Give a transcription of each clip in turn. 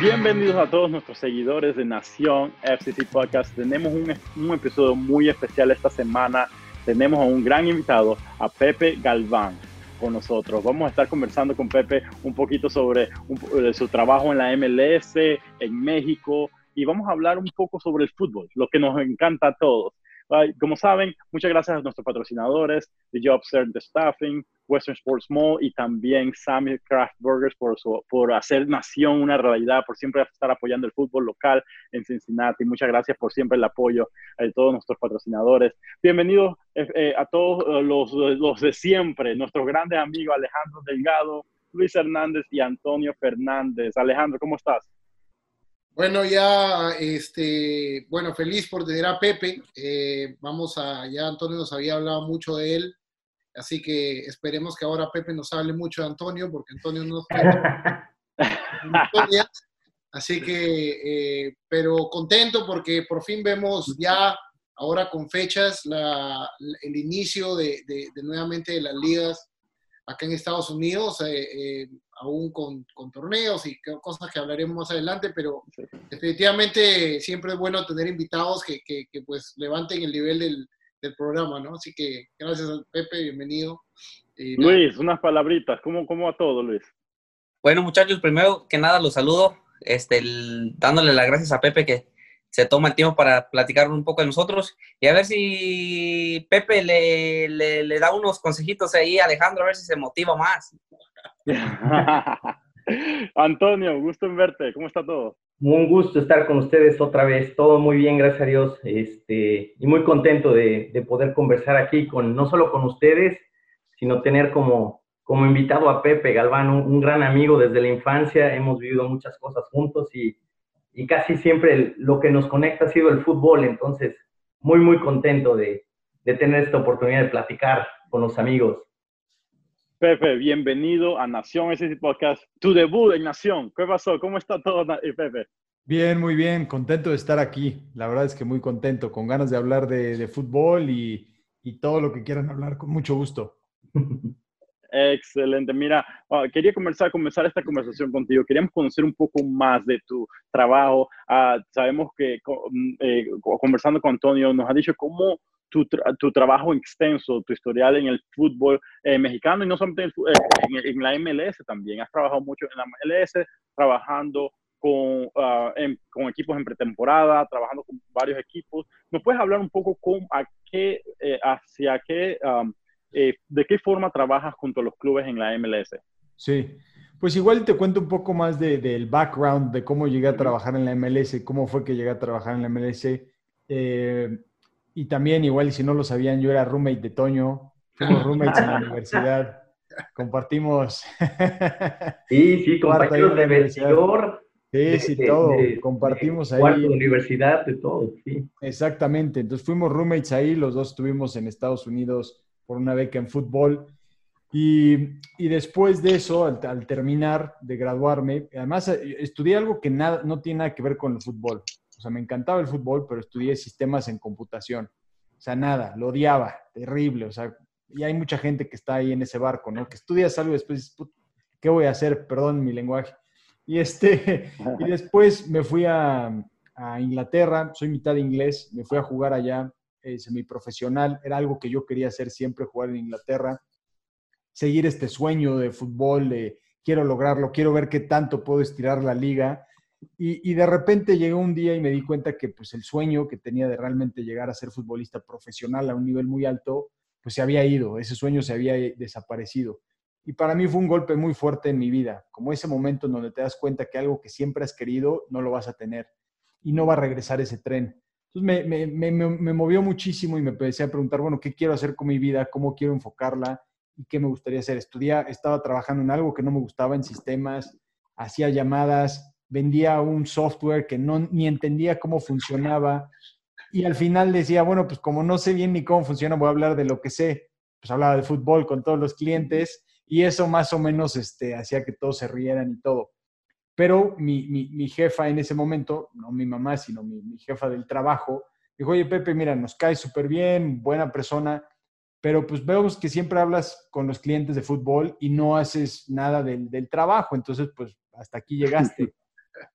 Bienvenidos a todos nuestros seguidores de Nación FCC Podcast. Tenemos un episodio muy especial esta semana. Tenemos a un gran invitado, a Pepe Galván, con nosotros. Vamos a estar conversando con Pepe un poquito sobre su trabajo en la MLS, en México, y vamos a hablar un poco sobre el fútbol, lo que nos encanta a todos. Como saben, muchas gracias a nuestros patrocinadores, The Jobster, The Staffing, Western Sports Mall y también Sammy Craft Burgers por hacer Nación una realidad, por siempre estar apoyando el fútbol local en Cincinnati. Muchas gracias por siempre el apoyo de todos nuestros patrocinadores. Bienvenidos a todos los de siempre, nuestros grandes amigos Alejandro Delgado, Luis Hernández y Antonio Fernández. Alejandro, ¿cómo estás? Bueno, ya, feliz por tener a Pepe. Ya Antonio nos había hablado mucho de él, así que esperemos que ahora Pepe nos hable mucho de Antonio, porque Antonio no nos historias. Así que, pero contento porque por fin vemos ya, ahora con fechas, el inicio de nuevamente de las ligas acá en Estados Unidos, aún con torneos y cosas que hablaremos más adelante, pero definitivamente siempre es bueno tener invitados que pues levanten el nivel del programa, ¿no? Así que gracias a Pepe, bienvenido. Luis, unas palabritas, ¿cómo a todo, Luis? Bueno, muchachos, primero que nada los saludo, dándole las gracias a Pepe que se toma el tiempo para platicar un poco de nosotros y a ver si Pepe le da unos consejitos ahí a Alejandro, a ver si se motiva más. Antonio, gusto en verte. ¿Cómo está todo? Un gusto estar con ustedes otra vez. Todo muy bien, gracias a Dios. Y muy contento de poder conversar aquí no solo con ustedes, sino tener como invitado a Pepe Galván, un gran amigo desde la infancia. Hemos vivido muchas cosas juntos y casi siempre lo que nos conecta ha sido el fútbol. Entonces, muy, muy contento de tener esta oportunidad de platicar con los amigos. Pepe, bienvenido a Nación FCC Podcast. Tu debut en Nación. ¿Qué pasó? ¿Cómo está todo, Pepe? Bien, muy bien. Contento de estar aquí. La verdad es que muy contento, con ganas de hablar de fútbol y todo lo que quieran hablar, con mucho gusto. Excelente. Mira, quería comenzar esta conversación contigo. Queríamos conocer un poco más de tu trabajo. Sabemos que conversando con Antonio nos ha dicho cómo tu trabajo extenso, tu historial en el fútbol mexicano y no solamente en la MLS también. Has trabajado mucho en la MLS, trabajando con equipos en pretemporada, trabajando con varios equipos. ¿Nos puedes hablar un poco de qué forma trabajas junto a los clubes en la MLS? Sí, pues igual te cuento un poco más del background de cómo llegué a trabajar en la MLS, cómo fue que llegué a trabajar en la MLS. Y también, igual, si no lo sabían, yo era roommate de Toño. Fuimos roommates en la universidad. Compartimos. Sí, compañeros de vestidor. Sí, todo. Compartimos ahí. Cuarto de universidad, de todo, sí. Exactamente. Entonces fuimos roommates ahí. Los dos estuvimos en Estados Unidos por una beca en fútbol. Y después de eso, al terminar de graduarme, además estudié algo que no tiene nada que ver con el fútbol. O sea, me encantaba el fútbol, pero estudié sistemas en computación. O sea, nada, lo odiaba, terrible. O sea, y hay mucha gente que está ahí en ese barco, ¿no? Que estudias algo y después dices, ¿qué voy a hacer? Perdón mi lenguaje. Y después me fui a Inglaterra, soy mitad inglés, me fui a jugar allá, semiprofesional. Era algo que yo quería hacer siempre, jugar en Inglaterra. Seguir este sueño de fútbol, quiero lograrlo, quiero ver qué tanto puedo estirar la liga. Y de repente llegó un día y me di cuenta que pues el sueño que tenía de realmente llegar a ser futbolista profesional a un nivel muy alto, pues se había ido, ese sueño se había desaparecido. Y para mí fue un golpe muy fuerte en mi vida, como ese momento en donde te das cuenta que algo que siempre has querido no lo vas a tener y no va a regresar ese tren. Entonces me movió muchísimo y me empecé a preguntar, bueno, ¿qué quiero hacer con mi vida? ¿Cómo quiero enfocarla? ¿Y qué me gustaría hacer? Estaba trabajando en algo que no me gustaba, en sistemas, hacía llamadas, vendía un software que ni entendía cómo funcionaba y al final decía, bueno, pues como no sé bien ni cómo funciona, voy a hablar de lo que sé. Pues hablaba de fútbol con todos los clientes y eso más o menos hacía que todos se rieran y todo. Pero mi jefa en ese momento, no mi mamá, sino mi jefa del trabajo, dijo, oye, Pepe, mira, nos cae súper bien, buena persona, pero pues vemos que siempre hablas con los clientes de fútbol y no haces nada del trabajo, entonces pues hasta aquí llegaste.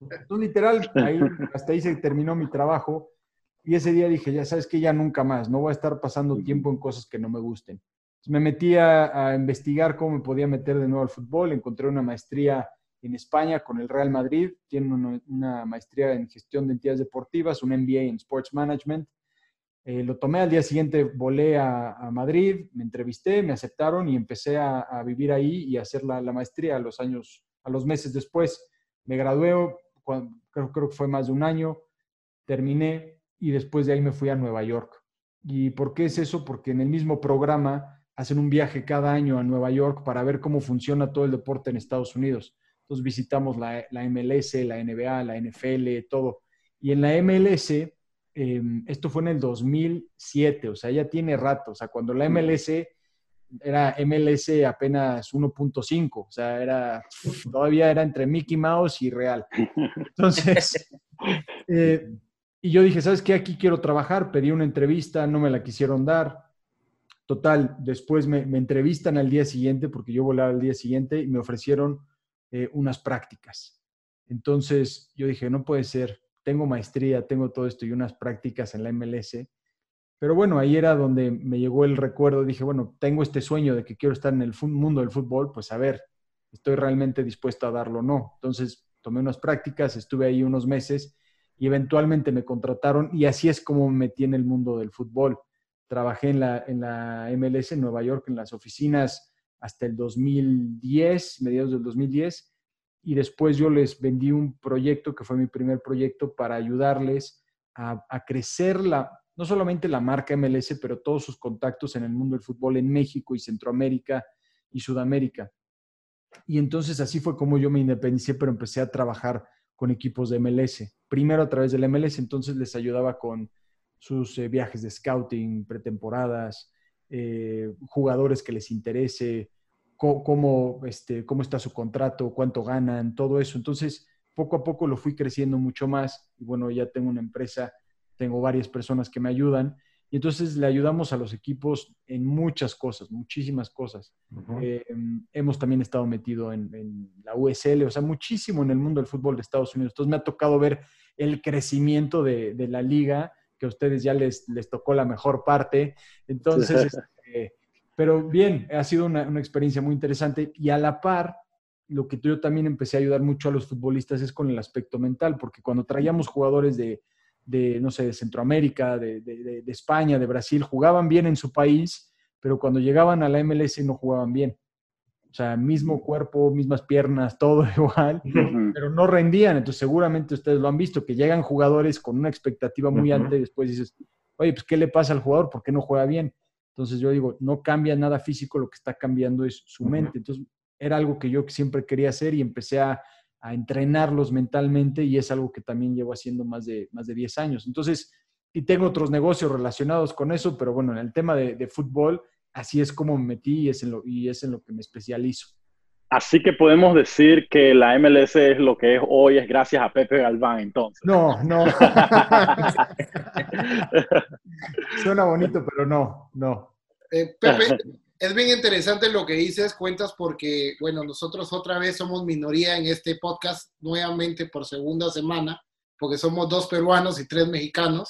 Entonces, literal, hasta ahí se terminó mi trabajo. Y ese día dije, ya sabes que ya nunca más, no voy a estar pasando tiempo en cosas que no me gusten. Entonces, me metí a investigar cómo me podía meter de nuevo al fútbol. Encontré una maestría en España con el Real Madrid. Tiene una maestría en gestión de entidades deportivas, un MBA en Sports Management. Lo tomé al día siguiente, volé a Madrid, me entrevisté, me aceptaron y empecé a vivir ahí y a hacer la maestría a los meses después. Me gradué, creo que fue más de un año, terminé y después de ahí me fui a Nueva York. ¿Y por qué es eso? Porque en el mismo programa hacen un viaje cada año a Nueva York para ver cómo funciona todo el deporte en Estados Unidos. Entonces visitamos la MLS, la NBA, la NFL, todo. Y en la MLS, esto fue en el 2007, o sea, ya tiene rato. O sea, cuando la MLS era MLS apenas 1.5, o sea, todavía era entre Mickey Mouse y Real. Entonces, y yo dije, ¿sabes qué? Aquí quiero trabajar. Pedí una entrevista, no me la quisieron dar. Total, después me entrevistan al día siguiente, porque yo volaba al día siguiente, y me ofrecieron unas prácticas. Entonces yo dije, no puede ser, tengo maestría, tengo todo esto y unas prácticas en la MLS. Pero bueno, ahí era donde me llegó el recuerdo. Dije, bueno, tengo este sueño de que quiero estar en el mundo del fútbol, pues a ver, estoy realmente dispuesto a darlo o no. Entonces tomé unas prácticas, estuve ahí unos meses y eventualmente me contrataron y así es como me metí en el mundo del fútbol. Trabajé en la MLS en Nueva York, en las oficinas hasta el 2010, mediados del 2010, y después yo les vendí un proyecto que fue mi primer proyecto para ayudarles a crecer no solamente la marca MLS, pero todos sus contactos en el mundo del fútbol en México y Centroamérica y Sudamérica. Y entonces así fue como yo me independicé, pero empecé a trabajar con equipos de MLS. Primero a través del MLS, entonces les ayudaba con sus viajes de scouting, pretemporadas, jugadores que les interese, cómo está su contrato, cuánto ganan, todo eso. Entonces, poco a poco lo fui creciendo mucho más. Y bueno, ya tengo una empresa, tengo varias personas que me ayudan. Y entonces le ayudamos a los equipos en muchas cosas, muchísimas cosas. Hemos también estado metido en la USL, o sea, muchísimo en el mundo del fútbol de Estados Unidos. Entonces me ha tocado ver el crecimiento de la liga, que a ustedes ya les tocó la mejor parte. Entonces, pero bien, ha sido una experiencia muy interesante. Y a la par, lo que yo también empecé a ayudar mucho a los futbolistas es con el aspecto mental, porque cuando traíamos jugadores no sé, de Centroamérica, de España, de Brasil, jugaban bien en su país, pero cuando llegaban a la MLS no jugaban bien. O sea, mismo cuerpo, mismas piernas, todo igual, pero no rendían. Entonces, seguramente ustedes lo han visto, que llegan jugadores con una expectativa muy alta y después dices, oye, pues, ¿qué le pasa al jugador? ¿Por qué no juega bien? Entonces, yo digo, no cambia nada físico, lo que está cambiando es su mente. Entonces, era algo que yo siempre quería hacer y empecé a entrenarlos mentalmente y es algo que también llevo haciendo más de 10 años. Entonces, y tengo otros negocios relacionados con eso, pero bueno, en el tema de fútbol, así es como me metí y es en lo que me especializo. Así que podemos decir que la MLS es lo que es hoy, es gracias a Pepe Galván, entonces. No. Suena bonito, pero no. Pepe, es bien interesante lo que dices, cuentas, porque, bueno, nosotros otra vez somos minoría en este podcast, nuevamente por segunda semana, porque somos 2 peruanos y 3 mexicanos.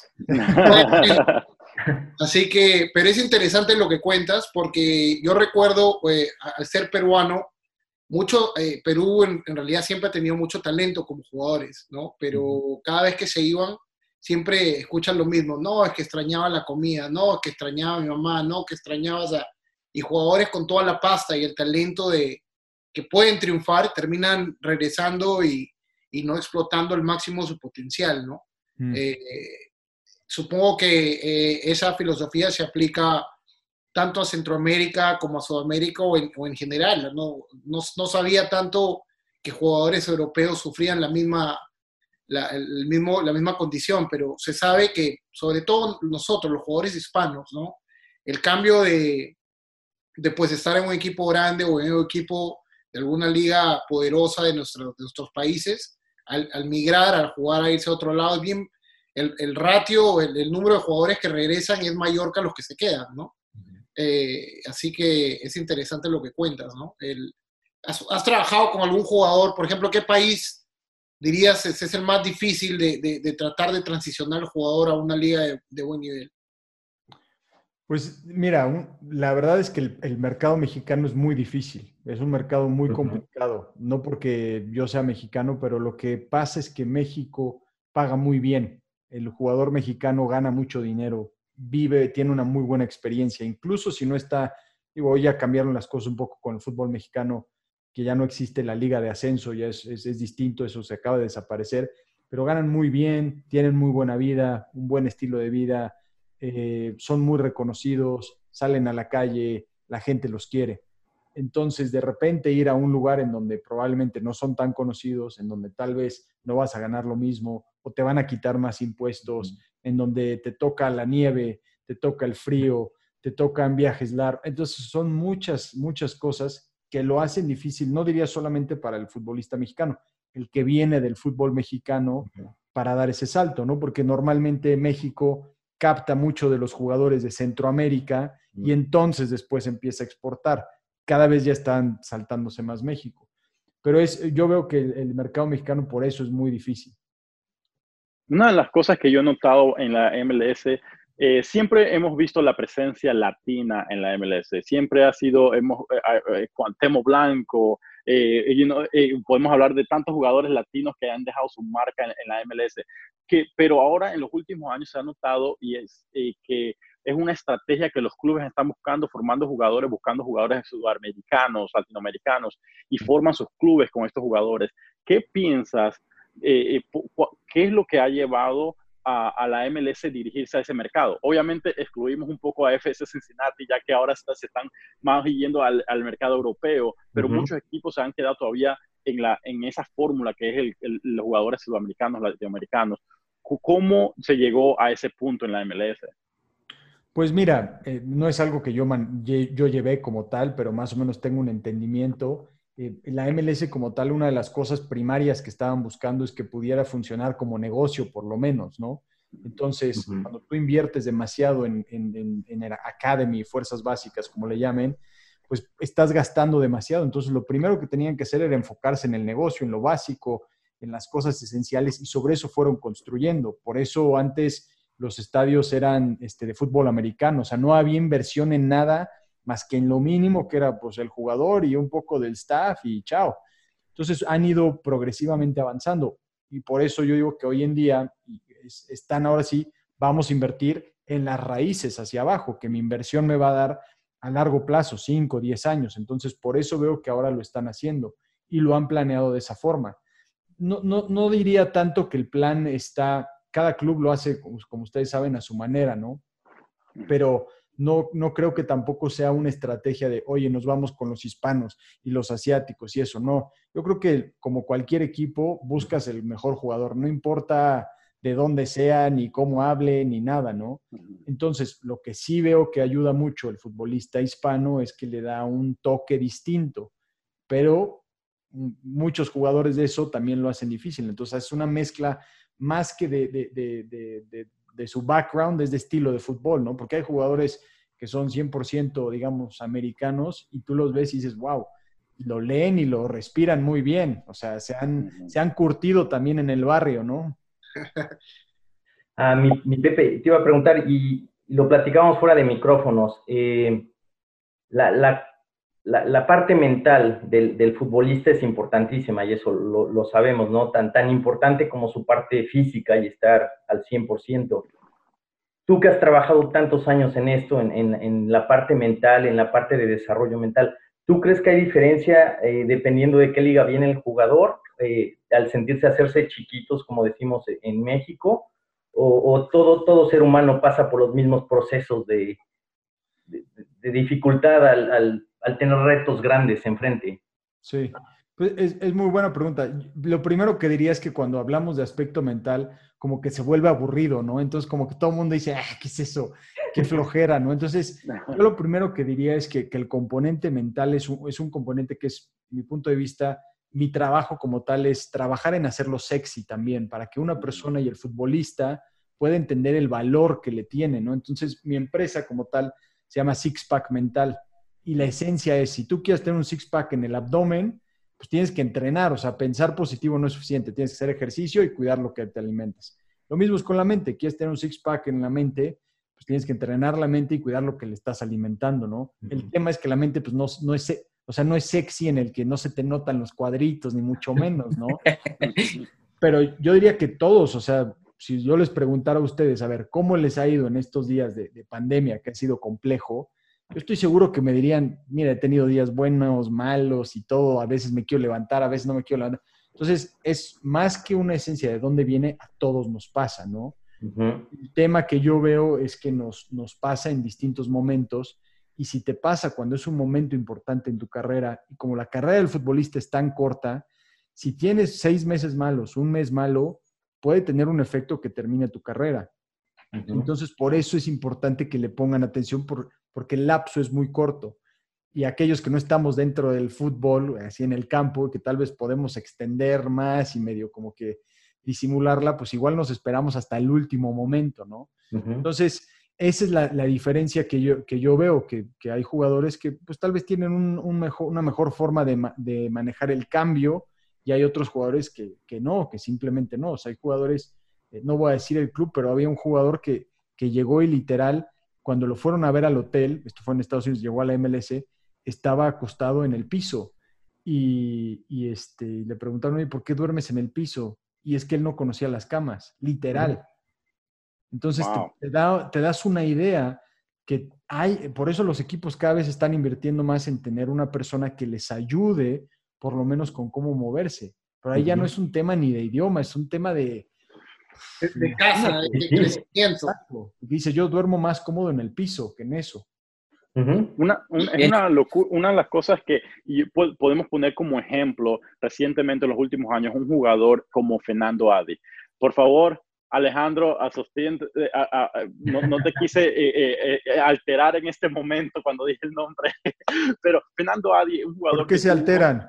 Así que, pero es interesante lo que cuentas, porque yo recuerdo, al ser peruano, Perú en realidad siempre ha tenido mucho talento como jugadores, ¿no? Pero cada vez que se iban, siempre escuchan lo mismo. No, es que extrañaba la comida, no, es que extrañaba a mi mamá, no, que extrañaba y jugadores con toda la pasta y el talento que pueden triunfar, terminan regresando y no explotando al máximo su potencial, ¿no? Supongo que esa filosofía se aplica tanto a Centroamérica como a Sudamérica o en general. No sabía tanto que jugadores europeos sufrían la misma condición, pero se sabe que, sobre todo nosotros, los jugadores hispanos, ¿no? El cambio de pues estar en un equipo grande o en un equipo de alguna liga poderosa de nuestros países, al migrar, al jugar, a irse a otro lado, es bien, el ratio, el número de jugadores que regresan es mayor que a los que se quedan, ¿no? Así que es interesante lo que cuentas, ¿no? ¿Has trabajado con algún jugador? Por ejemplo, ¿qué país dirías es el más difícil de tratar de transicionar al jugador a una liga de buen nivel? Pues mira, la verdad es que el mercado mexicano es muy difícil, es un mercado muy complicado, no porque yo sea mexicano, pero lo que pasa es que México paga muy bien, el jugador mexicano gana mucho dinero, vive, tiene una muy buena experiencia, incluso si no está, digo, ya cambiaron las cosas un poco con el fútbol mexicano, que ya no existe la liga de ascenso, ya es distinto, eso se acaba de desaparecer, pero ganan muy bien, tienen muy buena vida, un buen estilo de vida, son muy reconocidos, salen a la calle, la gente los quiere. Entonces, de repente ir a un lugar en donde probablemente no son tan conocidos, en donde tal vez no vas a ganar lo mismo o te van a quitar más impuestos, en donde te toca la nieve, te toca el frío, te tocan viajes largos. Entonces, son muchas, muchas cosas que lo hacen difícil, no diría solamente para el futbolista mexicano, el que viene del fútbol mexicano para dar ese salto, ¿no? Porque normalmente México capta mucho de los jugadores de Centroamérica y entonces después empieza a exportar. Cada vez ya están saltándose más México. Pero yo veo que el mercado mexicano por eso es muy difícil. Una de las cosas que yo he notado en la MLS, siempre hemos visto la presencia latina en la MLS. Siempre ha sido, Cuauhtémoc Blanco, podemos hablar de tantos jugadores latinos que han dejado su marca en la MLS. Pero ahora en los últimos años se ha notado y es que es una estrategia que los clubes están buscando, buscando jugadores sudamericanos, latinoamericanos, y forman sus clubes con estos jugadores. ¿Qué piensas? ¿Qué es lo que ha llevado a la MLS dirigirse a ese mercado? Obviamente excluimos un poco a FC Cincinnati, ya que ahora se están más yendo al mercado europeo, pero muchos equipos se han quedado todavía en esa fórmula que es los jugadores sudamericanos, latinoamericanos. ¿Cómo se llegó a ese punto en la MLS? Pues mira, no es algo que yo llevé como tal, pero más o menos tengo un entendimiento. La MLS como tal, una de las cosas primarias que estaban buscando es que pudiera funcionar como negocio, por lo menos, ¿no? Entonces, cuando tú inviertes demasiado en el Academy, fuerzas básicas, como le llamen, pues estás gastando demasiado. Entonces, lo primero que tenían que hacer era enfocarse en el negocio, en lo básico, en las cosas esenciales, y sobre eso fueron construyendo. Por eso antes los estadios eran de fútbol americano, o sea, no había inversión en nada más que en lo mínimo que era pues el jugador y un poco del staff y chao. Entonces han ido progresivamente avanzando y por eso yo digo que hoy en día están ahora sí, vamos a invertir en las raíces hacia abajo, que mi inversión me va a dar a largo plazo, 5, 10 años. Entonces por eso veo que ahora lo están haciendo y lo han planeado de esa forma. No diría tanto que el plan está, cada club lo hace, como ustedes saben, a su manera, ¿no? Pero no creo que tampoco sea una estrategia de, oye, nos vamos con los hispanos y los asiáticos y eso, no. Yo creo que como cualquier equipo buscas el mejor jugador, no importa de dónde sea, ni cómo hable, ni nada, ¿no? Entonces, lo que sí veo que ayuda mucho el futbolista hispano es que le da un toque distinto, pero muchos jugadores de eso también lo hacen difícil. Entonces, es una mezcla más que de su background, es de estilo de fútbol, ¿no? Porque hay jugadores que son 100%, digamos, americanos y tú los ves y dices, wow, lo leen y lo respiran muy bien. O sea, se han curtido también en el barrio, ¿no? Mi Pepe, te iba a preguntar, y lo platicamos fuera de micrófonos, la parte mental del futbolista es importantísima y eso lo sabemos, ¿no? Tan importante como su parte física y estar al 100%. Tú que has trabajado tantos años en esto, en la parte mental, en la parte de desarrollo mental, ¿tú crees que hay diferencia dependiendo de qué liga viene el jugador al sentirse hacerse chiquitos, como decimos en México? ¿O todo ser humano pasa por los mismos procesos de dificultad al tener retos grandes enfrente? Sí, pues es muy buena pregunta. Lo primero que diría es que cuando hablamos de aspecto mental, como que se vuelve aburrido, ¿no? Entonces, como que todo el mundo dice, ¿qué es eso? Qué flojera, ¿no? Entonces, yo lo primero que diría es que el componente mental es un componente que es, mi punto de vista, mi trabajo como tal es trabajar en hacerlo sexy también, para que una persona y el futbolista pueda entender el valor que le tiene, ¿no? Entonces, mi empresa como tal se llama Six Pack Mental. Y la esencia es, si tú quieres tener un six-pack en el abdomen, pues tienes que entrenar, o sea, pensar positivo no es suficiente, tienes que hacer ejercicio y cuidar lo que te alimentas. Lo mismo es con la mente, quieres tener un six-pack en la mente, pues tienes que entrenar la mente y cuidar lo que le estás alimentando, ¿no? El tema es que la mente, pues no es, o sea, no es sexy en el que no se te notan los cuadritos, ni mucho menos, ¿no? Pero yo diría que todos, o sea, si yo les preguntara a ustedes, a ver, ¿cómo les ha ido en estos días de pandemia, que ha sido complejo? Yo estoy seguro que me dirían, mira, he tenido días buenos, malos y todo, a veces me quiero levantar, a veces no me quiero levantar. Entonces, es más que una esencia de dónde viene, a todos nos pasa, ¿no? El tema que yo veo es que nos pasa en distintos momentos, y si te pasa cuando es un momento importante en tu carrera, y como la carrera del futbolista es tan corta, si tienes 6 meses malos, un mes malo, puede tener un efecto que termine tu carrera. Entonces, por eso es importante que le pongan atención, porque el lapso es muy corto. Y aquellos que no estamos dentro del fútbol, así en el campo, que tal vez podemos extender más y medio como que disimularla, pues igual nos esperamos hasta el último momento, ¿no? Entonces, esa es la diferencia que yo veo, que hay jugadores que pues tal vez tienen una mejor forma de manejar el cambio, y hay otros jugadores que no, que simplemente no. O sea, hay jugadores, no voy a decir el club, pero había un jugador que llegó y literal, cuando lo fueron a ver al hotel, esto fue en Estados Unidos, llegó a la MLS, estaba acostado en el piso y le preguntaron, ¿y por qué duermes en el piso? Y es que él no conocía las camas, literal. Entonces Wow. te das una idea que hay, por eso los equipos cada vez están invirtiendo más en tener una persona que les ayude, por lo menos con cómo moverse. Pero ahí ya no es un tema ni de idioma, es un tema de casa, de crecimiento. Exacto. Dice, yo duermo más cómodo en el piso que en eso. Es una locura. Una de las cosas que podemos poner como ejemplo recientemente en los últimos años, un jugador como Fernando Adi. Por favor, Alejandro, no te quise alterar en este momento cuando dije el nombre, pero Fernando Adi es un jugador. ¿Por qué se alteran?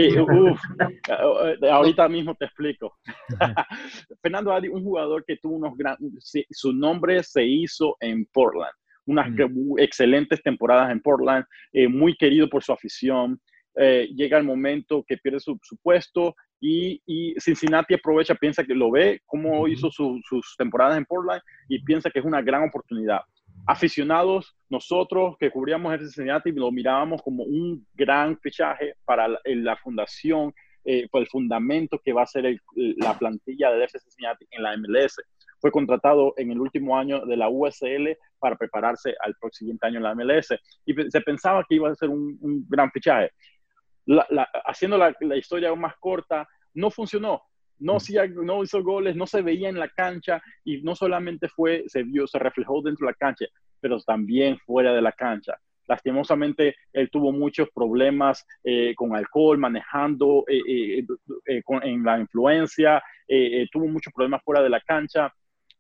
Ahorita mismo te explico. Fernando Adi, un jugador que tuvo su nombre se hizo en Portland, unas excelentes temporadas en Portland, muy querido por su afición. Llega el momento que pierde su puesto y Cincinnati aprovecha, piensa que lo ve, cómo hizo sus temporadas en Portland, y piensa que es una gran oportunidad. Aficionados, nosotros que cubríamos el Cincinnati, lo mirábamos como un gran fichaje para la fundación, por el fundamento que va a ser la plantilla de FC Cincinnati en la MLS. Fue contratado en el último año de la USL para prepararse al siguiente año en la MLS, y se pensaba que iba a ser un gran fichaje. Haciendo la historia más corta, no funcionó. No hizo goles, no se veía en la cancha, y no solamente se reflejó dentro de la cancha, pero también fuera de la cancha. Lastimosamente, él tuvo muchos problemas con alcohol, manejando en la influencia, tuvo muchos problemas fuera de la cancha.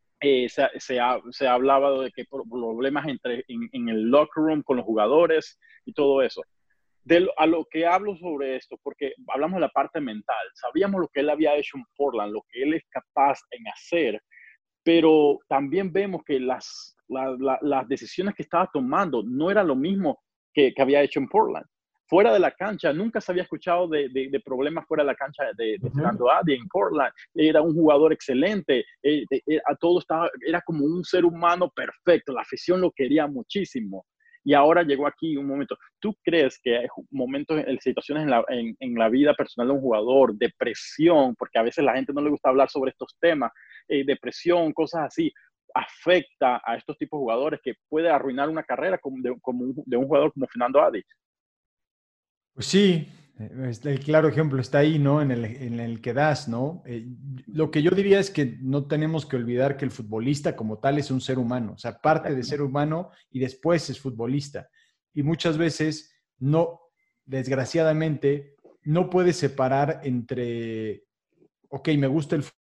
Se hablaba de que problemas en el locker room con los jugadores y todo eso. A lo que hablo sobre esto, porque hablamos de la parte mental, sabíamos lo que él había hecho en Portland, lo que él es capaz en hacer, pero también vemos que las decisiones que estaba tomando no era lo mismo que había hecho en Portland. Fuera de la cancha, nunca se había escuchado de problemas fuera de la cancha de Fernando Adi en Portland. Era un jugador excelente, era como un ser humano perfecto, la afición lo quería muchísimo. Y ahora llegó aquí un momento. ¿Tú crees que hay momentos, situaciones en la vida personal de un jugador, depresión, porque a veces la gente no le gusta hablar sobre estos temas, depresión, cosas así, afecta a estos tipos de jugadores que puede arruinar una carrera de un jugador como Fernando Adi? Pues sí, el claro ejemplo está ahí, ¿no? En el que das, ¿no? Lo que yo diría es que no tenemos que olvidar que el futbolista como tal es un ser humano, o sea, parte de ser humano y después es futbolista. Y muchas veces desgraciadamente, no puedes separar entre, ok, me gusta el fútbol,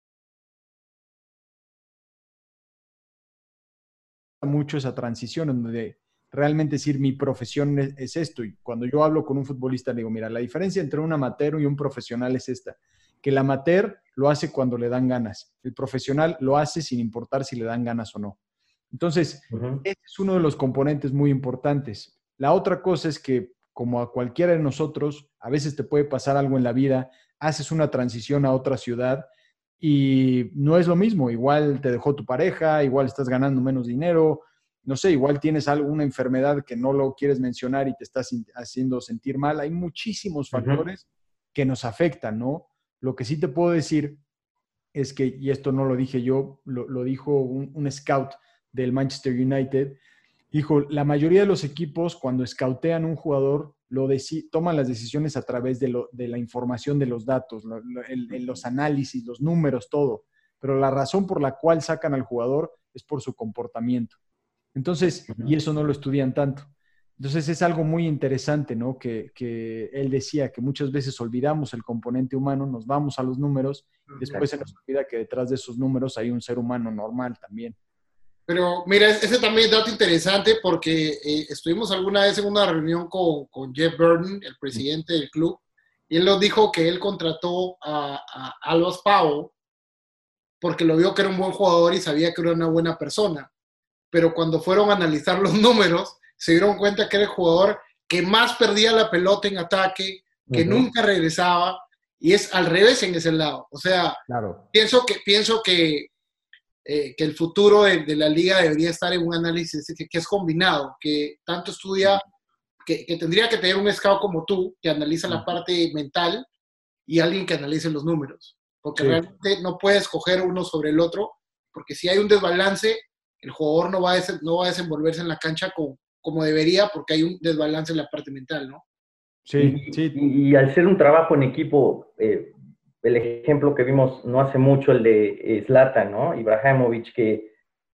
mucho esa transición en donde realmente decir mi profesión es esto. Y cuando yo hablo con un futbolista, le digo, mira, la diferencia entre un amateur y un profesional es esta, que el amateur lo hace cuando le dan ganas, el profesional lo hace sin importar si le dan ganas o no. Entonces, ese es uno de los componentes muy importantes. La otra cosa es que como a cualquiera de nosotros, a veces te puede pasar algo en la vida, haces una transición a otra ciudad y no es lo mismo. Igual te dejó tu pareja, igual estás ganando menos dinero, no sé, igual tienes alguna enfermedad que no lo quieres mencionar y te estás haciendo sentir mal. Hay muchísimos factores que nos afectan, ¿no? Lo que sí te puedo decir es que, y esto no lo dije yo, lo dijo un scout del Manchester United, dijo, la mayoría de los equipos cuando scoutean un jugador toman las decisiones a través de la información de los datos, los análisis, los números, todo. Pero la razón por la cual sacan al jugador es por su comportamiento. Entonces, y eso no lo estudian tanto. Entonces es algo muy interesante, ¿no? Que él decía que muchas veces olvidamos el componente humano, nos vamos a los números, después se nos olvida que detrás de esos números hay un ser humano normal también. Pero mira, ese también es dato interesante porque estuvimos alguna vez en una reunión con Jeff Burton, el presidente del club, y él nos dijo que él contrató a Albus Powell porque lo vio que era un buen jugador y sabía que era una buena persona. Pero cuando fueron a analizar los números, se dieron cuenta que era el jugador que más perdía la pelota en ataque, que nunca regresaba, y es al revés en ese lado. O sea, claro. pienso que el futuro de la liga debería estar en un análisis que es combinado, que tanto estudia, que tendría que tener un scout como tú, que analiza la parte mental, y alguien que analice los números. Porque realmente no puedes coger uno sobre el otro, porque si hay un desbalance, el jugador no va a desenvolverse en la cancha como debería, porque hay un desbalance en la parte mental, ¿no? Sí, y al ser un trabajo en equipo, el ejemplo que vimos no hace mucho, el de Zlatan, ¿no? Ibrahimovic, que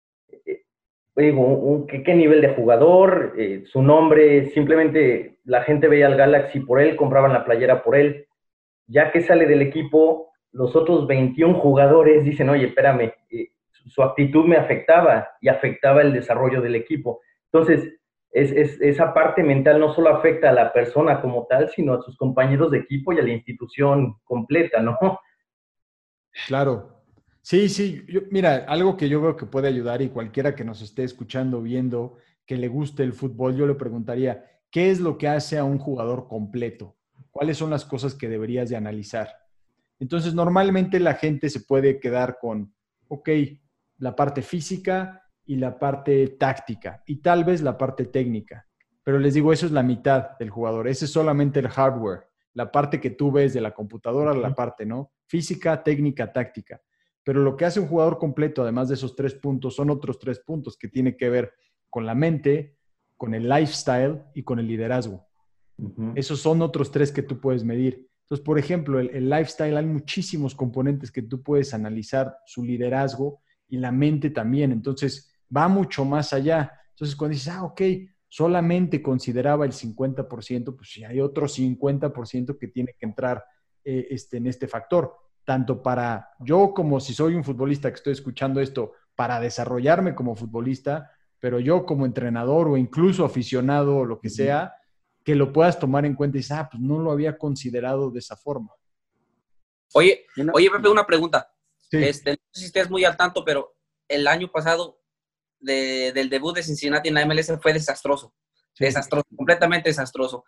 digo, ¿qué nivel de jugador? Su nombre, simplemente la gente veía al Galaxy por él, compraban la playera por él. Ya que sale del equipo, los otros 21 jugadores dicen, oye, espérame, su actitud me afectaba y afectaba el desarrollo del equipo. Entonces, esa parte mental no solo afecta a la persona como tal, sino a sus compañeros de equipo y a la institución completa, ¿no? Claro. Sí. Mira, algo que yo veo que puede ayudar y cualquiera que nos esté escuchando, viendo, que le guste el fútbol, yo le preguntaría, ¿qué es lo que hace a un jugador completo? ¿Cuáles son las cosas que deberías de analizar? Entonces, normalmente la gente se puede quedar con, ok, la parte física y la parte táctica y tal vez la parte técnica. Pero les digo, eso es la mitad del jugador. Ese es solamente el hardware, la parte que tú ves de la computadora, la parte, ¿no? Física, técnica, táctica. Pero lo que hace un jugador completo, además de esos 3 puntos, son otros 3 puntos que tiene que ver con la mente, con el lifestyle y con el liderazgo. Esos son otros 3 que tú puedes medir. Entonces, por ejemplo, el lifestyle, hay muchísimos componentes que tú puedes analizar, su liderazgo y la mente también. Entonces, va mucho más allá. Entonces, cuando dices, ok, solamente consideraba el 50%, pues sí, hay otro 50% que tiene que entrar en este factor. Tanto para yo como si soy un futbolista que estoy escuchando esto, para desarrollarme como futbolista, pero yo como entrenador o incluso aficionado o lo que sea, que lo puedas tomar en cuenta y dices, pues no lo había considerado de esa forma. Oye, Pepe, una pregunta. Sí. No sé si estés muy al tanto, pero el año pasado del debut de Cincinnati en la MLS fue desastroso. Sí. Desastroso, completamente desastroso.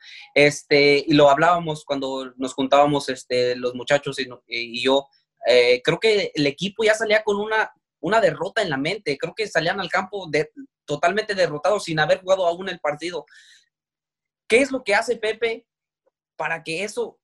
Y lo hablábamos cuando nos juntábamos los muchachos y yo. Creo que el equipo ya salía con una derrota en la mente. Creo que salían al campo totalmente derrotados sin haber jugado aún el partido. ¿Qué es lo que hace Pepe para que eso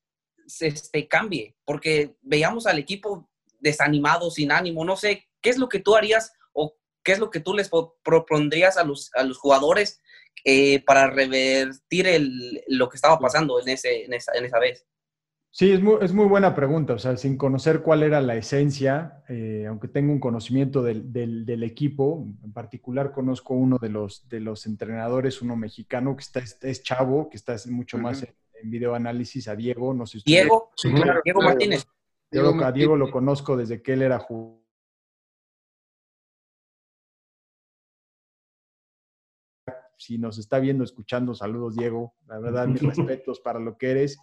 cambie? Porque veíamos al equipo desanimado, sin ánimo. No sé, ¿qué es lo que tú harías o qué es lo que tú les propondrías a los jugadores para revertir lo que estaba pasando en esa vez? Sí, es muy buena pregunta. O sea, sin conocer cuál era la esencia, aunque tengo un conocimiento del equipo, en particular conozco uno de los entrenadores, uno mexicano que es chavo, que está mucho más en videoanálisis, a Diego, no sé si Diego, sí, claro, Diego Martínez. A Diego lo conozco desde que él era jugador. Si nos está viendo, escuchando, saludos, Diego. La verdad, mis respetos para lo que eres.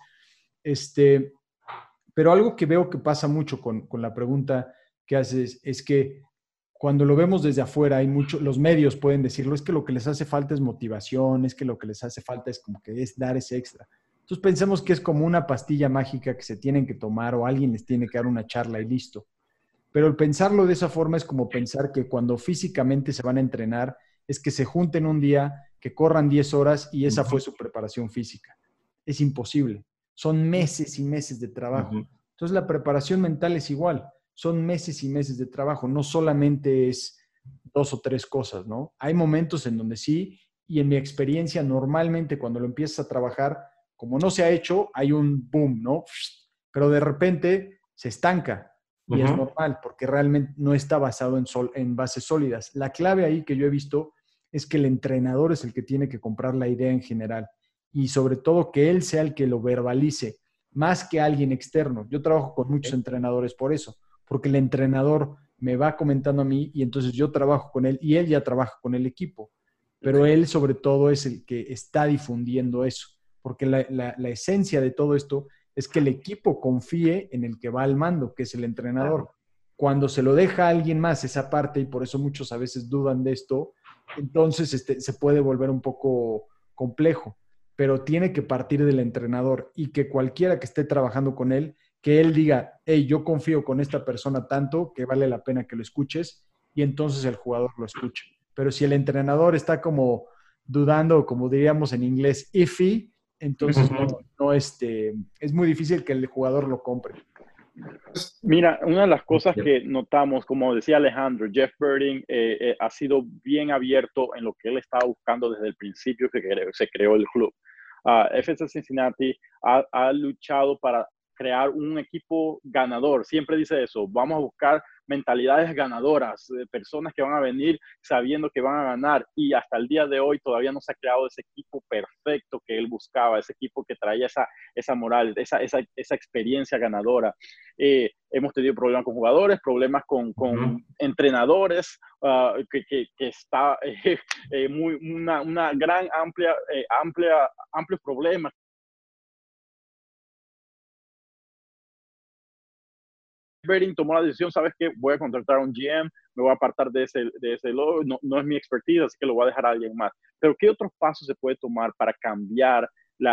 Pero algo que veo que pasa mucho con la pregunta que haces es que cuando lo vemos desde afuera, hay mucho, los medios pueden decirlo, es que lo que les hace falta es motivación, es que lo que les hace falta es como que es dar ese extra. Entonces pensemos que es como una pastilla mágica que se tienen que tomar o alguien les tiene que dar una charla y listo. Pero el pensarlo de esa forma es como pensar que cuando físicamente se van a entrenar, es que se junten un día, que corran 10 horas y esa fue su preparación física. Es imposible. Son meses y meses de trabajo. Entonces la preparación mental es igual. Son meses y meses de trabajo. No solamente es 2 o 3 cosas, ¿no? Hay momentos en donde sí, y en mi experiencia, normalmente cuando lo empiezas a trabajar, como no se ha hecho, hay un boom, ¿no? Pero de repente se estanca. Y es normal, porque realmente no está basado en bases sólidas. La clave ahí que yo he visto es que el entrenador es el que tiene que comprar la idea en general y sobre todo que él sea el que lo verbalice, más que alguien externo. Yo trabajo con muchos entrenadores por eso, porque el entrenador me va comentando a mí y entonces yo trabajo con él y él ya trabaja con el equipo. Pero él sobre todo es el que está difundiendo eso, porque la esencia de todo esto es que el equipo confíe en el que va al mando, que es el entrenador. Claro. Cuando se lo deja a alguien más esa parte, y por eso muchos a veces dudan de esto, entonces se puede volver un poco complejo, pero tiene que partir del entrenador y que cualquiera que esté trabajando con él, que él diga, hey, yo confío con esta persona tanto que vale la pena que lo escuches y entonces el jugador lo escuche. Pero si el entrenador está como dudando, como diríamos en inglés, iffy, entonces es muy difícil que el jugador lo compre. Mira, una de las cosas que notamos, como decía Alejandro, Jeff Berding ha sido bien abierto en lo que él estaba buscando desde el principio que se creó el club. FC Cincinnati ha luchado para crear un equipo ganador. Siempre dice eso, vamos a buscar mentalidades ganadoras, personas que van a venir sabiendo que van a ganar, y hasta el día de hoy todavía no se ha creado ese equipo perfecto que él buscaba, ese equipo que traía esa moral, esa experiencia ganadora. Hemos tenido problemas con jugadores, problemas con entrenadores, que está una gran, amplios problemas. Berding tomó la decisión, ¿sabes qué? Voy a contratar a un GM, me voy a apartar de ese logo, no es mi expertise, así que lo voy a dejar a alguien más. Pero ¿qué otros pasos se puede tomar para cambiar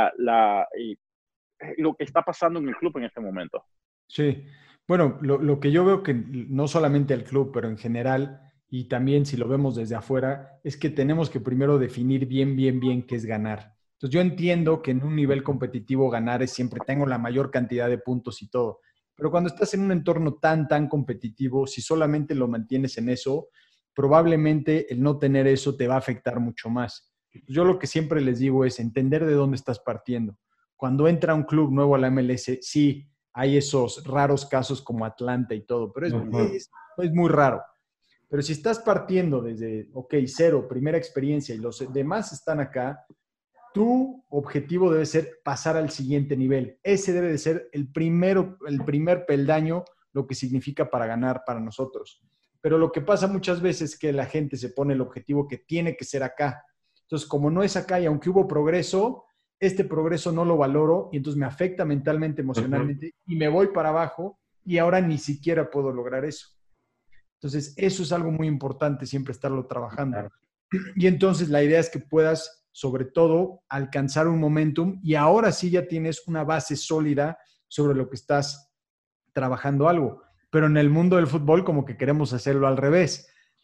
lo que está pasando en el club en este momento? Sí, bueno, lo que yo veo que no solamente el club, pero en general, y también si lo vemos desde afuera, es que tenemos que primero definir bien qué es ganar. Entonces yo entiendo que en un nivel competitivo ganar es siempre tengo la mayor cantidad de puntos y todo. Pero cuando estás en un entorno tan competitivo, si solamente lo mantienes en eso, probablemente el no tener eso te va a afectar mucho más. Yo lo que siempre les digo es entender de dónde estás partiendo. Cuando entra un club nuevo a la MLS, sí, hay esos raros casos como Atlanta y todo, pero es muy raro. Pero si estás partiendo desde, ok, cero, primera experiencia y los demás están acá, tu objetivo debe ser pasar al siguiente nivel. Ese debe de ser el primer peldaño, lo que significa para ganar para nosotros. Pero lo que pasa muchas veces es que la gente se pone el objetivo que tiene que ser acá. Entonces, como no es acá y aunque hubo progreso, este progreso no lo valoro y entonces me afecta mentalmente, emocionalmente y me voy para abajo y ahora ni siquiera puedo lograr eso. Entonces, eso es algo muy importante, siempre estarlo trabajando. Claro. Y entonces la idea es que puedas sobre todo alcanzar un momentum y ahora sí ya tienes una base sólida sobre lo que estás trabajando algo. Pero en el mundo del fútbol como que queremos hacerlo al revés.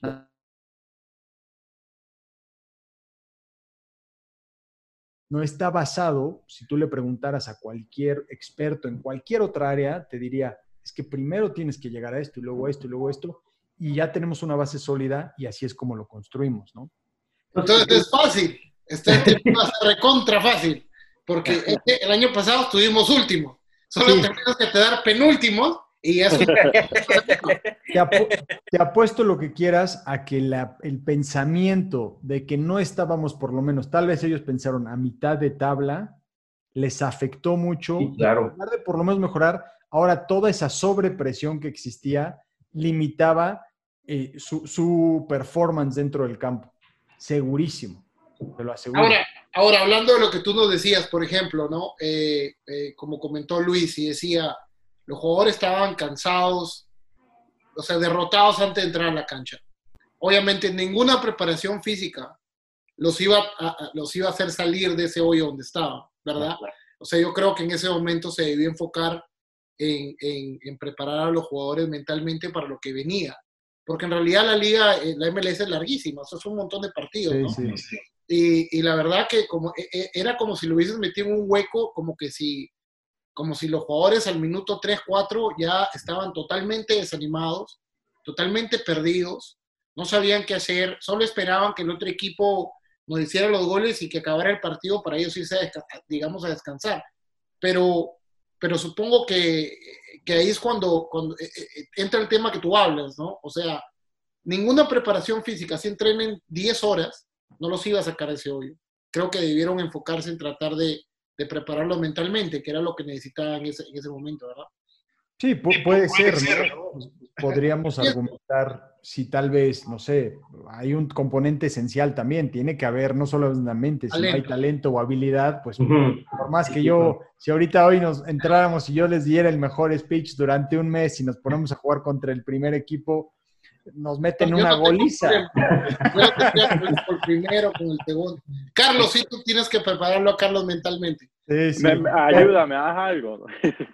No está basado, si tú le preguntaras a cualquier experto en cualquier otra área, te diría, es que primero tienes que llegar a esto y luego esto y luego esto, y ya tenemos una base sólida y así es como lo construimos, ¿no? Entonces es fácil. Este va a ser recontra fácil, porque el año pasado estuvimos últimos. Solo tenemos que quedar penúltimos y eso. Te apuesto lo que quieras a que el pensamiento de que no estábamos, por lo menos, tal vez ellos pensaron a mitad de tabla, les afectó mucho. Sí, claro. En lugar de por lo menos mejorar, ahora toda esa sobrepresión que existía limitaba su performance dentro del campo. Segurísimo. Te lo aseguro. Ahora, hablando de lo que tú nos decías, por ejemplo, ¿no? Como comentó Luis y decía, los jugadores estaban cansados, o sea, derrotados antes de entrar a la cancha. obviamente ninguna preparación física los iba a hacer salir de ese hoyo donde estaban, ¿verdad? O sea, yo creo que en ese momento se debió enfocar en preparar a los jugadores mentalmente para lo que venía. Porque en realidad la liga, la MLS es larguísima, o sea, son un montón de partidos, ¿no? Sí. Y la verdad que era como si lo hubieses metido en un hueco, como si los jugadores al minuto 3, 4 ya estaban totalmente desanimados, totalmente perdidos, no sabían qué hacer, solo esperaban que el otro equipo nos hiciera los goles y que acabara el partido para ellos irse a descansar. Pero supongo que ahí es cuando entra el tema que tú hablas, ¿no? O sea, ninguna preparación física, si entrenen 10 horas, no los iba a sacar de ese hoyo. Creo que debieron enfocarse en tratar de prepararlos mentalmente, que era lo que necesitaban en ese momento, ¿verdad? Sí, puede ser, ¿no? Pues podríamos argumentar si tal vez, no sé, hay un componente esencial también, tiene que haber no solo en la mente, si no hay talento o habilidad, pues por más que si ahorita hoy nos entráramos y yo les diera el mejor speech durante un mes y nos ponemos a jugar contra el primer equipo, nos meten una goliza. Yo te por primero, con el segundo. Carlos, sí, tú tienes que prepararlo a Carlos mentalmente. Sí. Ayúdame, haz algo.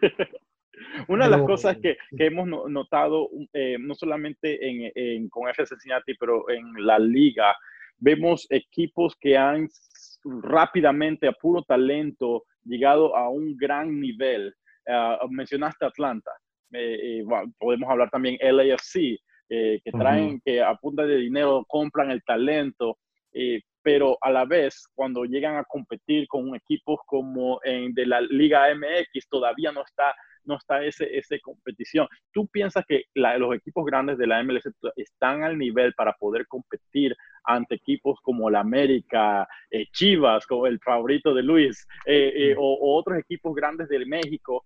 Una de las cosas que hemos notado, no solamente con FC Cincinnati, pero en la liga, vemos equipos que han rápidamente, a puro talento, llegado a un gran nivel. Mencionaste Atlanta. Podemos hablar también LAFC, que traen, que a punta de dinero compran el talento, pero a la vez, cuando llegan a competir con equipos como de la Liga MX, todavía no está esa competición. ¿Tú piensas que los equipos grandes de la MLS están al nivel para poder competir ante equipos como la América, Chivas, como el favorito de Luis, o otros equipos grandes de México?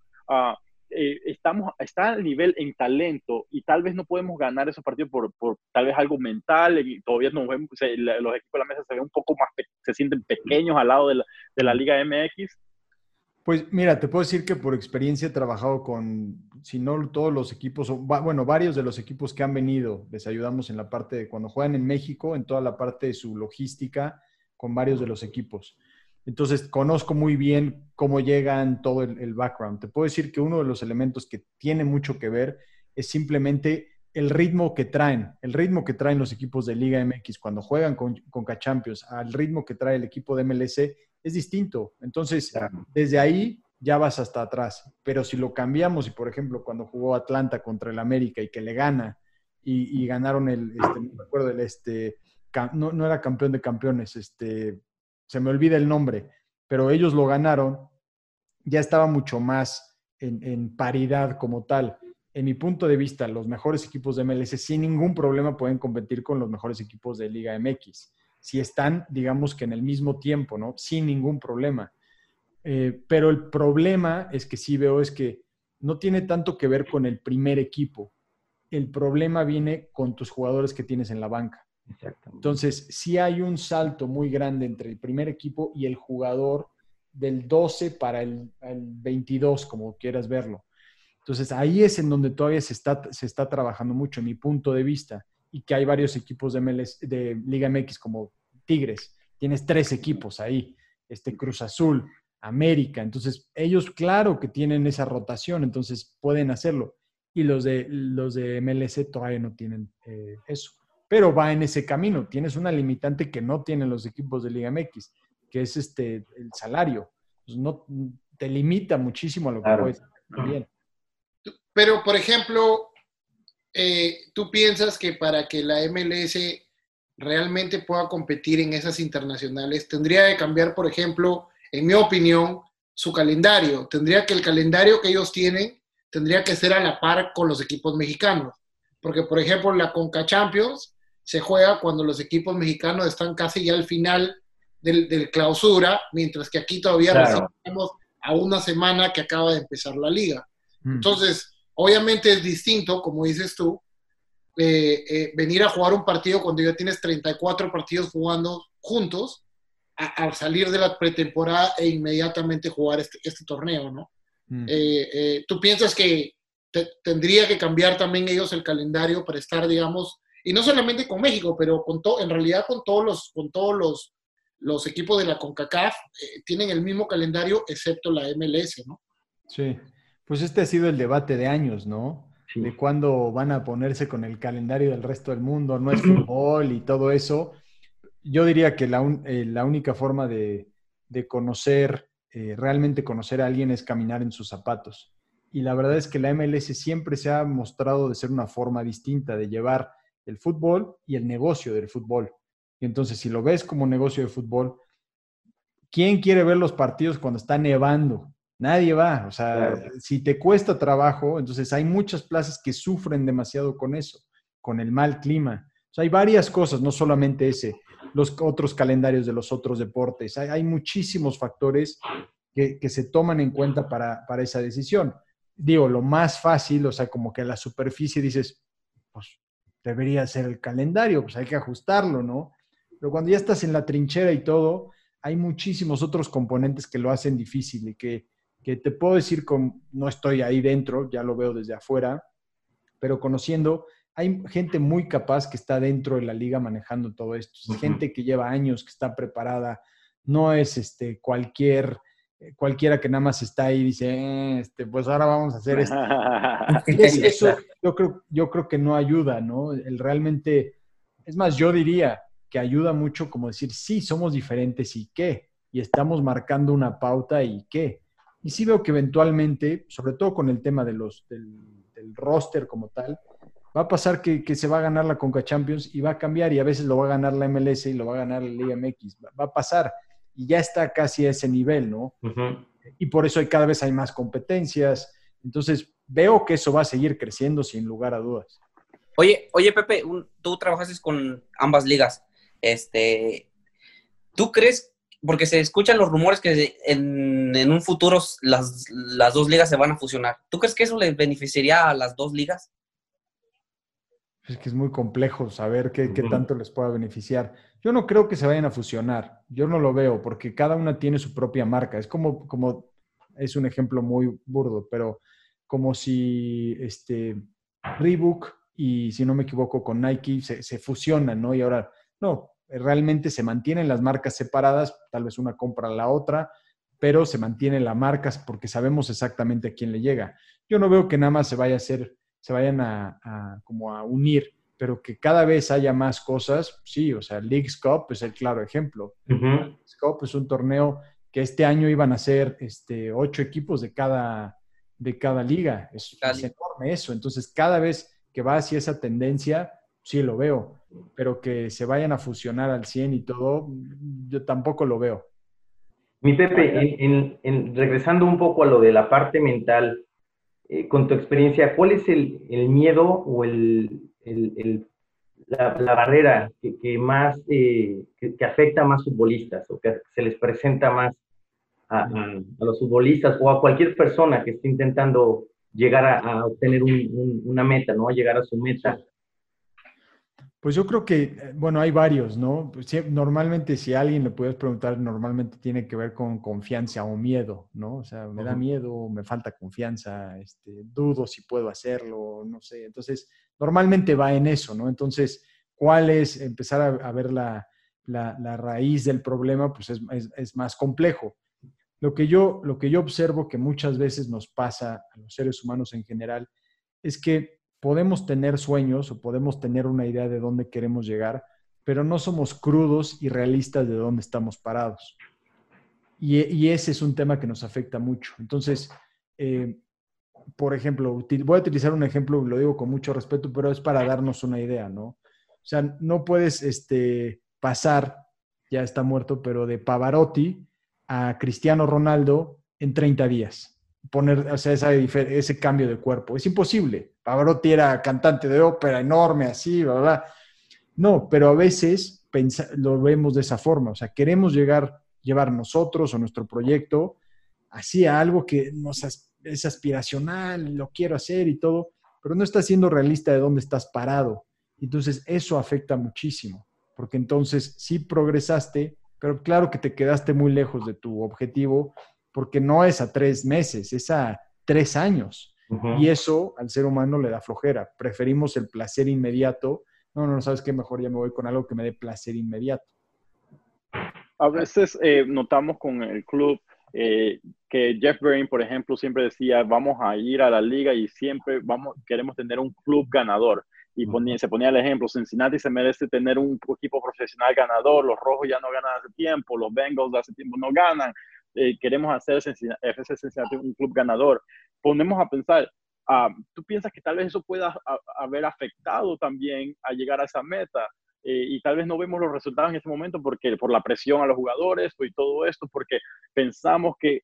Está al nivel en talento y tal vez no podemos ganar esos partidos por tal vez algo mental, y todavía nos vemos, los equipos de la mesa se ven un poco más, se sienten pequeños al lado de la Liga MX. Pues mira, te puedo decir que por experiencia he trabajado con, si no todos los equipos, bueno, varios de los equipos que han venido, les ayudamos en la parte de cuando juegan en México, en toda la parte de su logística, con varios de los equipos. Entonces, conozco muy bien cómo llegan, todo el background. Te puedo decir que uno de los elementos que tiene mucho que ver es simplemente el ritmo que traen los equipos de Liga MX cuando juegan con K-Champions, al ritmo que trae el equipo de MLS, es distinto. Entonces, desde ahí ya vas hasta atrás. Pero si lo cambiamos y, por ejemplo, cuando jugó Atlanta contra el América y que le gana y ganaron no me acuerdo, no era campeón de campeones, se me olvida el nombre, pero ellos lo ganaron, ya estaba mucho más en paridad como tal. En mi punto de vista, los mejores equipos de MLS sin ningún problema pueden competir con los mejores equipos de Liga MX. Si están, digamos que en el mismo tiempo, ¿no? Sin ningún problema. Pero el problema es que sí veo es que no tiene tanto que ver con el primer equipo. El problema viene con tus jugadores que tienes en la banca. Entonces, sí hay un salto muy grande entre el primer equipo y el jugador del 12 para el 22, como quieras verlo. Entonces, ahí es en donde todavía se está trabajando mucho, en mi punto de vista, y que hay varios equipos de Liga MX como Tigres. Tienes 3 equipos ahí, Cruz Azul, América. Entonces, ellos claro que tienen esa rotación, entonces pueden hacerlo. Y los de MLS todavía no tienen eso. Pero va en ese camino. Tienes una limitante que no tienen los equipos de Liga MX, que es el salario. Pues no, te limita muchísimo a lo que puedes hacer también. Pero, por ejemplo, ¿tú piensas que para que la MLS realmente pueda competir en esas internacionales, tendría que cambiar, por ejemplo, en mi opinión, su calendario? Tendría que el calendario que ellos tienen, tendría que ser a la par con los equipos mexicanos. Porque, por ejemplo, la Conca Champions se juega cuando los equipos mexicanos están casi ya al final del clausura, mientras que aquí todavía recién estamos a una semana que acaba de empezar la liga. Entonces, obviamente es distinto, como dices tú, venir a jugar un partido cuando ya tienes 34 partidos jugando juntos, a salir de la pretemporada e inmediatamente jugar este torneo, ¿no? ¿Tú piensas que tendría que cambiar también ellos el calendario para estar, digamos, y no solamente con México, pero en realidad con todos los equipos de la CONCACAF tienen el mismo calendario, excepto la MLS, ¿no? Sí, pues este ha sido el debate de años, ¿no? Sí. De cuándo van a ponerse con el calendario del resto del mundo, no es fútbol y todo eso. Yo diría que la única forma de conocer, realmente conocer a alguien es caminar en sus zapatos. Y la verdad es que la MLS siempre se ha mostrado de ser una forma distinta de llevar el fútbol y el negocio del fútbol. Y entonces, si lo ves como negocio de fútbol, ¿quién quiere ver los partidos cuando está nevando? Nadie va. O sea, Claro. si te cuesta trabajo, entonces hay muchas plazas que sufren demasiado con eso, con el mal clima. O sea, hay varias cosas, no solamente ese, los otros calendarios de los otros deportes. Hay muchísimos factores que se toman en cuenta para esa decisión. Digo, lo más fácil, o sea, como que a la superficie dices, pues debería ser el calendario, pues hay que ajustarlo, ¿no? Pero cuando ya estás en la trinchera y todo, hay muchísimos otros componentes que lo hacen difícil y que te puedo decir, no estoy ahí dentro, ya lo veo desde afuera, pero conociendo, hay gente muy capaz que está dentro de la liga manejando todo esto. Es gente que lleva años, que está preparada, no es cualquiera que nada más está ahí y dice, pues ahora vamos a hacer esto. Y eso yo creo que no ayuda, ¿no? Realmente, es más, yo diría que ayuda mucho como decir, sí, somos diferentes y qué, y estamos marcando una pauta y qué. Y sí veo que eventualmente, sobre todo con el tema del roster como tal, va a pasar que se va a ganar la Conca Champions y va a cambiar, y a veces lo va a ganar la MLS y lo va a ganar la Liga MX. Va a pasar, y ya está casi a ese nivel, ¿no? Uh-huh. Y por eso cada vez hay más competencias. Entonces, veo que eso va a seguir creciendo sin lugar a dudas. Oye, Pepe, tú trabajaste con ambas ligas. ¿Tú crees, porque se escuchan los rumores que en un futuro las dos ligas se van a fusionar? ¿Tú crees que eso les beneficiaría a las dos ligas? Es que es muy complejo saber qué tanto les pueda beneficiar. Yo no creo que se vayan a fusionar. Yo no lo veo, porque cada una tiene su propia marca. Es como es un ejemplo muy burdo, pero como si Reebok y, si no me equivoco, con Nike se fusionan, ¿no? Y ahora, no, realmente se mantienen las marcas separadas, tal vez una compra a la otra, pero se mantienen las marcas porque sabemos exactamente a quién le llega. Yo no veo que nada más se vayan como a unir, pero que cada vez haya más cosas, sí, o sea, Leagues Cup es el claro ejemplo. Uh-huh. Leagues Cup es un torneo que este año iban a ser 8 equipos de cada liga. Es enorme eso. Entonces, cada vez que va hacia esa tendencia, sí lo veo, pero que se vayan a fusionar al 100 y todo, yo tampoco lo veo. Mi Pepe, regresando un poco a lo de la parte mental, con tu experiencia, ¿cuál es el miedo o la barrera que más que afecta a más futbolistas o que se les presenta más a los futbolistas o a cualquier persona que esté intentando llegar a obtener una meta, ¿no? Llegar a su meta? Pues yo creo que, bueno, hay varios, ¿no? Pues normalmente, si a alguien le puedes preguntar, normalmente tiene que ver con confianza o miedo, ¿no? O sea, me da miedo, me falta confianza, dudo si puedo hacerlo, no sé. Entonces, normalmente va en eso, ¿no? Entonces, ¿cuál es? Empezar a ver la raíz del problema, pues es más complejo. Lo que yo observo que muchas veces nos pasa a los seres humanos en general es que podemos tener sueños o podemos tener una idea de dónde queremos llegar, pero no somos crudos y realistas de dónde estamos parados. Y ese es un tema que nos afecta mucho. Entonces, por ejemplo, voy a utilizar un ejemplo, lo digo con mucho respeto, pero es para darnos una idea, ¿no? O sea, no puedes pasar, ya está muerto, pero de Pavarotti a Cristiano Ronaldo en 30 días. Poner, o sea, ese cambio de cuerpo. Es imposible. Pavarotti era cantante de ópera enorme, así, bla, bla. No, pero a veces lo vemos de esa forma. O sea, queremos llevar nosotros o nuestro proyecto así a algo que es aspiracional, lo quiero hacer y todo, pero no estás siendo realista de dónde estás parado. Entonces, eso afecta muchísimo, porque entonces sí progresaste, pero claro que te quedaste muy lejos de tu objetivo, porque no es a 3 meses, es a 3 años. Uh-huh. Y eso al ser humano le da flojera. Preferimos el placer inmediato no, ¿sabes qué? Mejor ya me voy con algo que me dé placer inmediato. A veces notamos con el club que Jeff Green, por ejemplo, siempre decía, vamos a ir a la liga y siempre queremos tener un club ganador. Y se ponía el ejemplo, Cincinnati se merece tener un equipo profesional ganador, los Rojos ya no ganan hace tiempo, los Bengals hace tiempo no ganan, queremos hacer FC Cincinnati un club ganador. Ponemos a pensar, ¿tú piensas que tal vez eso pueda haber afectado también a llegar a esa meta? Y tal vez no vemos los resultados en ese momento por la presión a los jugadores y todo esto, porque pensamos que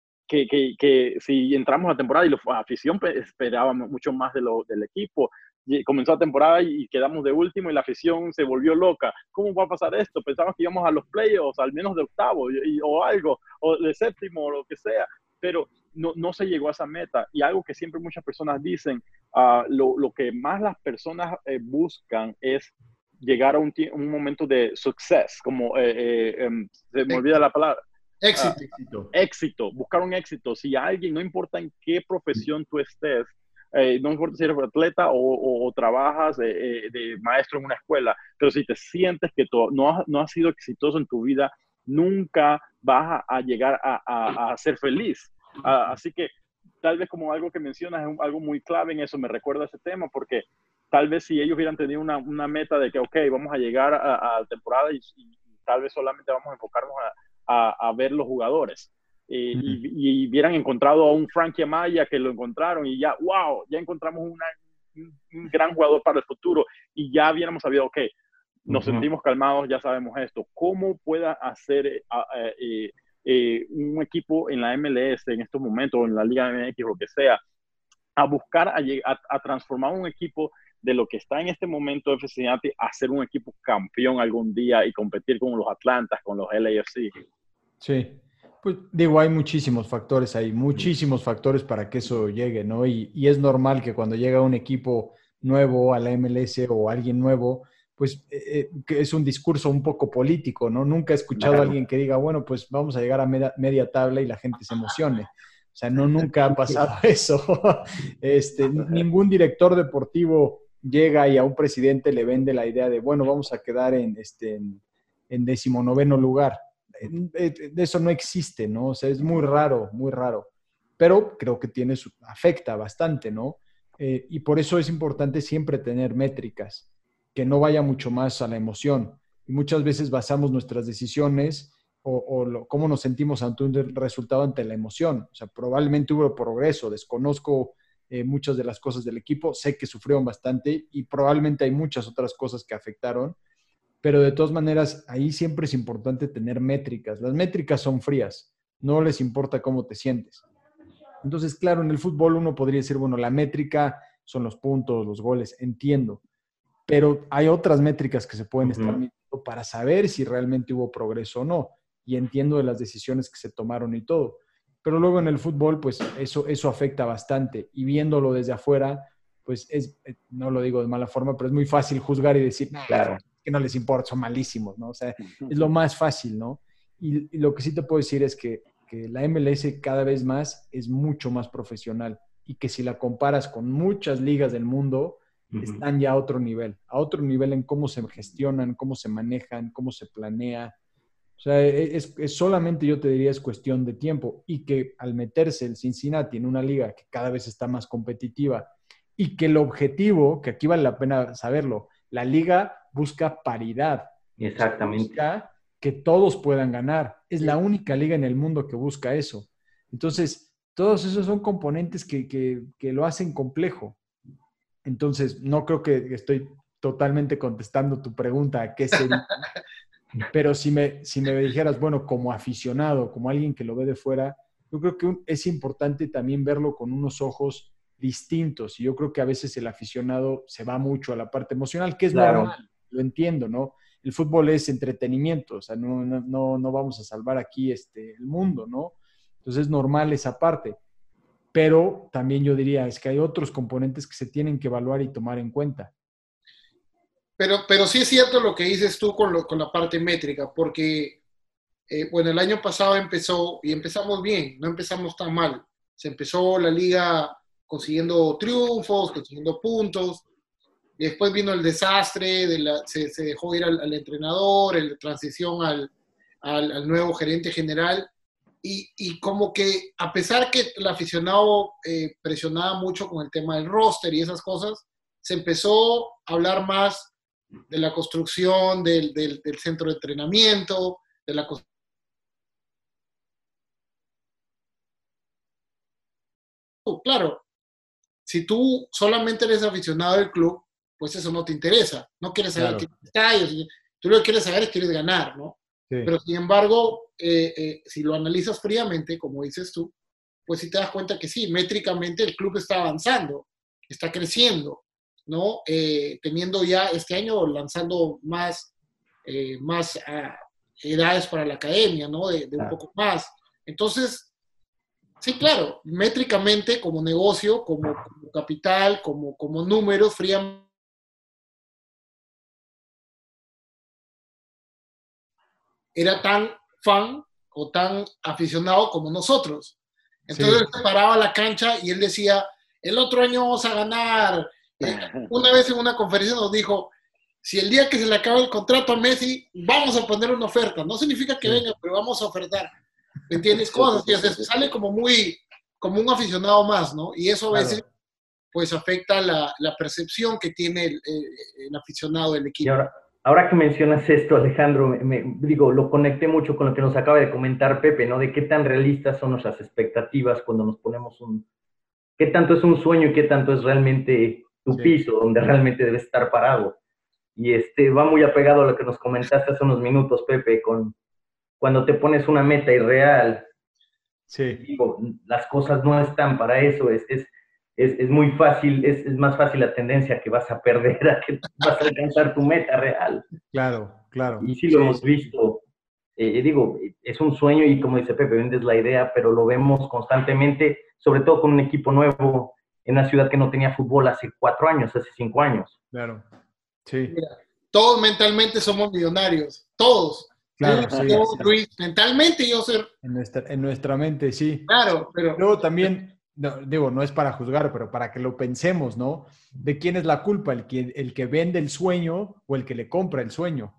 si entramos a la temporada y la afición esperaba mucho más del equipo, y comenzó la temporada y quedamos de último y la afición se volvió loca. ¿Cómo va a pasar esto? Pensamos que íbamos a los playoffs, al menos de octavo o algo, o de séptimo o lo que sea, pero no se llegó a esa meta. Y algo que siempre muchas personas dicen, lo que más las personas buscan es llegar a un momento de success, como se me olvida la palabra. Éxito, buscar un éxito. Si alguien, no importa en qué profesión tú estés, no importa si eres atleta o trabajas de maestro en una escuela, pero si te sientes que tú no has sido exitoso en tu vida, nunca vas a llegar a ser feliz. Así que tal vez como algo que mencionas es algo muy clave en eso, me recuerda ese tema, porque tal vez si ellos hubieran tenido una meta de que, ok, vamos a llegar a la temporada y tal vez solamente vamos a enfocarnos a ver los jugadores. Y hubieran encontrado a un Frankie Amaya que lo encontraron y ya, wow, ya encontramos un gran jugador para el futuro y ya hubiéramos sabido, ok, nos sentimos calmados, ya sabemos esto. ¿Cómo pueda hacer un equipo en la MLS en estos momentos, o en la Liga MX, lo que sea, a buscar a transformar un equipo de lo que está en este momento FC Cincinnati a ser un equipo campeón algún día y competir con los Atlantas, con los LAFC? Sí, pues digo, hay muchísimos factores ahí, muchísimos factores para que eso llegue, ¿no? Y es normal que cuando llega un equipo nuevo a la MLS o alguien nuevo, pues que es un discurso un poco político, ¿no? Nunca he escuchado a alguien que diga, bueno, pues vamos a llegar a media tabla y la gente se emocione. O sea, nunca ha pasado eso. Ningún director deportivo llega y a un presidente le vende la idea de, bueno, vamos a quedar en 19º lugar. De eso no existe, ¿no? O sea, es muy raro, pero creo que afecta bastante, ¿no? Y por eso es importante siempre tener métricas, que no vaya mucho más a la emoción. Y muchas veces basamos nuestras decisiones cómo nos sentimos ante un resultado ante la emoción. O sea, probablemente hubo progreso, desconozco muchas de las cosas del equipo, sé que sufrieron bastante y probablemente hay muchas otras cosas que afectaron, pero de todas maneras, ahí siempre es importante tener métricas. Las métricas son frías, no les importa cómo te sientes. Entonces, claro, en el fútbol uno podría decir, bueno, la métrica son los puntos, los goles, entiendo, pero hay otras métricas que se pueden estar midiendo para saber si realmente hubo progreso o no, y entiendo de las decisiones que se tomaron y todo. Pero luego en el fútbol, pues eso afecta bastante, y viéndolo desde afuera, pues no lo digo de mala forma, pero es muy fácil juzgar y decir, claro, que no les importa, son malísimos, ¿no? O sea, es lo más fácil, ¿no? Y lo que sí te puedo decir es que la MLS cada vez más es mucho más profesional y que si la comparas con muchas ligas del mundo, están ya a otro nivel en cómo se gestionan, cómo se manejan, cómo se planea. O sea, es solamente, yo te diría, es cuestión de tiempo, y que al meterse el Cincinnati en una liga que cada vez está más competitiva y que el objetivo, que aquí vale la pena saberlo, la liga busca paridad. Exactamente. Busca que todos puedan ganar. Es la única liga en el mundo que busca eso. Entonces, todos esos son componentes que lo hacen complejo. Entonces, no creo que estoy totalmente contestando tu pregunta, ¿a qué sería? Pero si me dijeras, bueno, como aficionado, como alguien que lo ve de fuera, yo creo que es importante también verlo con unos ojos distintos. Y yo creo que a veces el aficionado se va mucho a la parte emocional, que es normal, lo entiendo, ¿no? El fútbol es entretenimiento, o sea, no vamos a salvar aquí el mundo, ¿no? Entonces es normal esa parte. Pero también yo diría, es que hay otros componentes que se tienen que evaluar y tomar en cuenta. Pero sí es cierto lo que dices tú con la parte métrica, porque, bueno, el año pasado empezamos bien, no empezamos tan mal. Se empezó la liga consiguiendo triunfos, consiguiendo puntos, y después vino el desastre, se dejó ir al entrenador, la transición al nuevo gerente general, y como que a pesar que el aficionado presionaba mucho con el tema del roster y esas cosas, se empezó a hablar más de la construcción del centro de entrenamiento, de la construcción. Claro, si tú solamente eres aficionado del club, pues eso no te interesa. No quieres saber qué estadios. Tú lo que quieres saber es quieres ganar, ¿no? Sí. Pero sin embargo, si lo analizas fríamente, como dices tú, pues sí te das cuenta que sí, métricamente el club está avanzando, está creciendo, ¿no? Teniendo ya este año lanzando más edades para la academia, ¿no? De un poco más. Entonces, sí, claro, métricamente, como negocio, como capital, como números, fríamente. Era tan fan o tan aficionado como nosotros. Entonces sí. Él se paraba a la cancha y él decía, el otro año vamos a ganar. Una vez en una conferencia nos dijo, si el día que se le acabe el contrato a Messi, vamos a poner una oferta. No significa que venga, pero vamos a ofertar. ¿Me entiendes? Cosas. Y sale como un aficionado más, ¿no? Y eso a veces pues afecta la percepción que tiene el aficionado del equipo. Y ahora que mencionas esto, Alejandro, lo conecté mucho con lo que nos acaba de comentar Pepe, ¿no? De qué tan realistas son nuestras expectativas cuando nos ponemos qué tanto es un sueño y qué tanto es realmente tu piso, donde realmente debes estar parado. Y va muy apegado a lo que nos comentaste hace unos minutos, Pepe, cuando te pones una meta irreal. Sí. Las cosas no están para eso, es muy fácil, es más fácil la tendencia que vas a perder a que vas a alcanzar tu meta real. Claro. Y sí lo hemos visto. Es un sueño y como dice Pepe, vendes la idea, pero lo vemos constantemente, sobre todo con un equipo nuevo en una ciudad que no tenía fútbol hace 4 años, hace 5 años. Claro, sí. Mira, todos mentalmente somos millonarios, todos. Claro, yo, Luis, mentalmente yo soy... En nuestra mente, sí. Claro, pero... Luego también... no es para juzgar, pero para que lo pensemos, ¿no? ¿De quién es la culpa? ¿El que vende el sueño o el que le compra el sueño?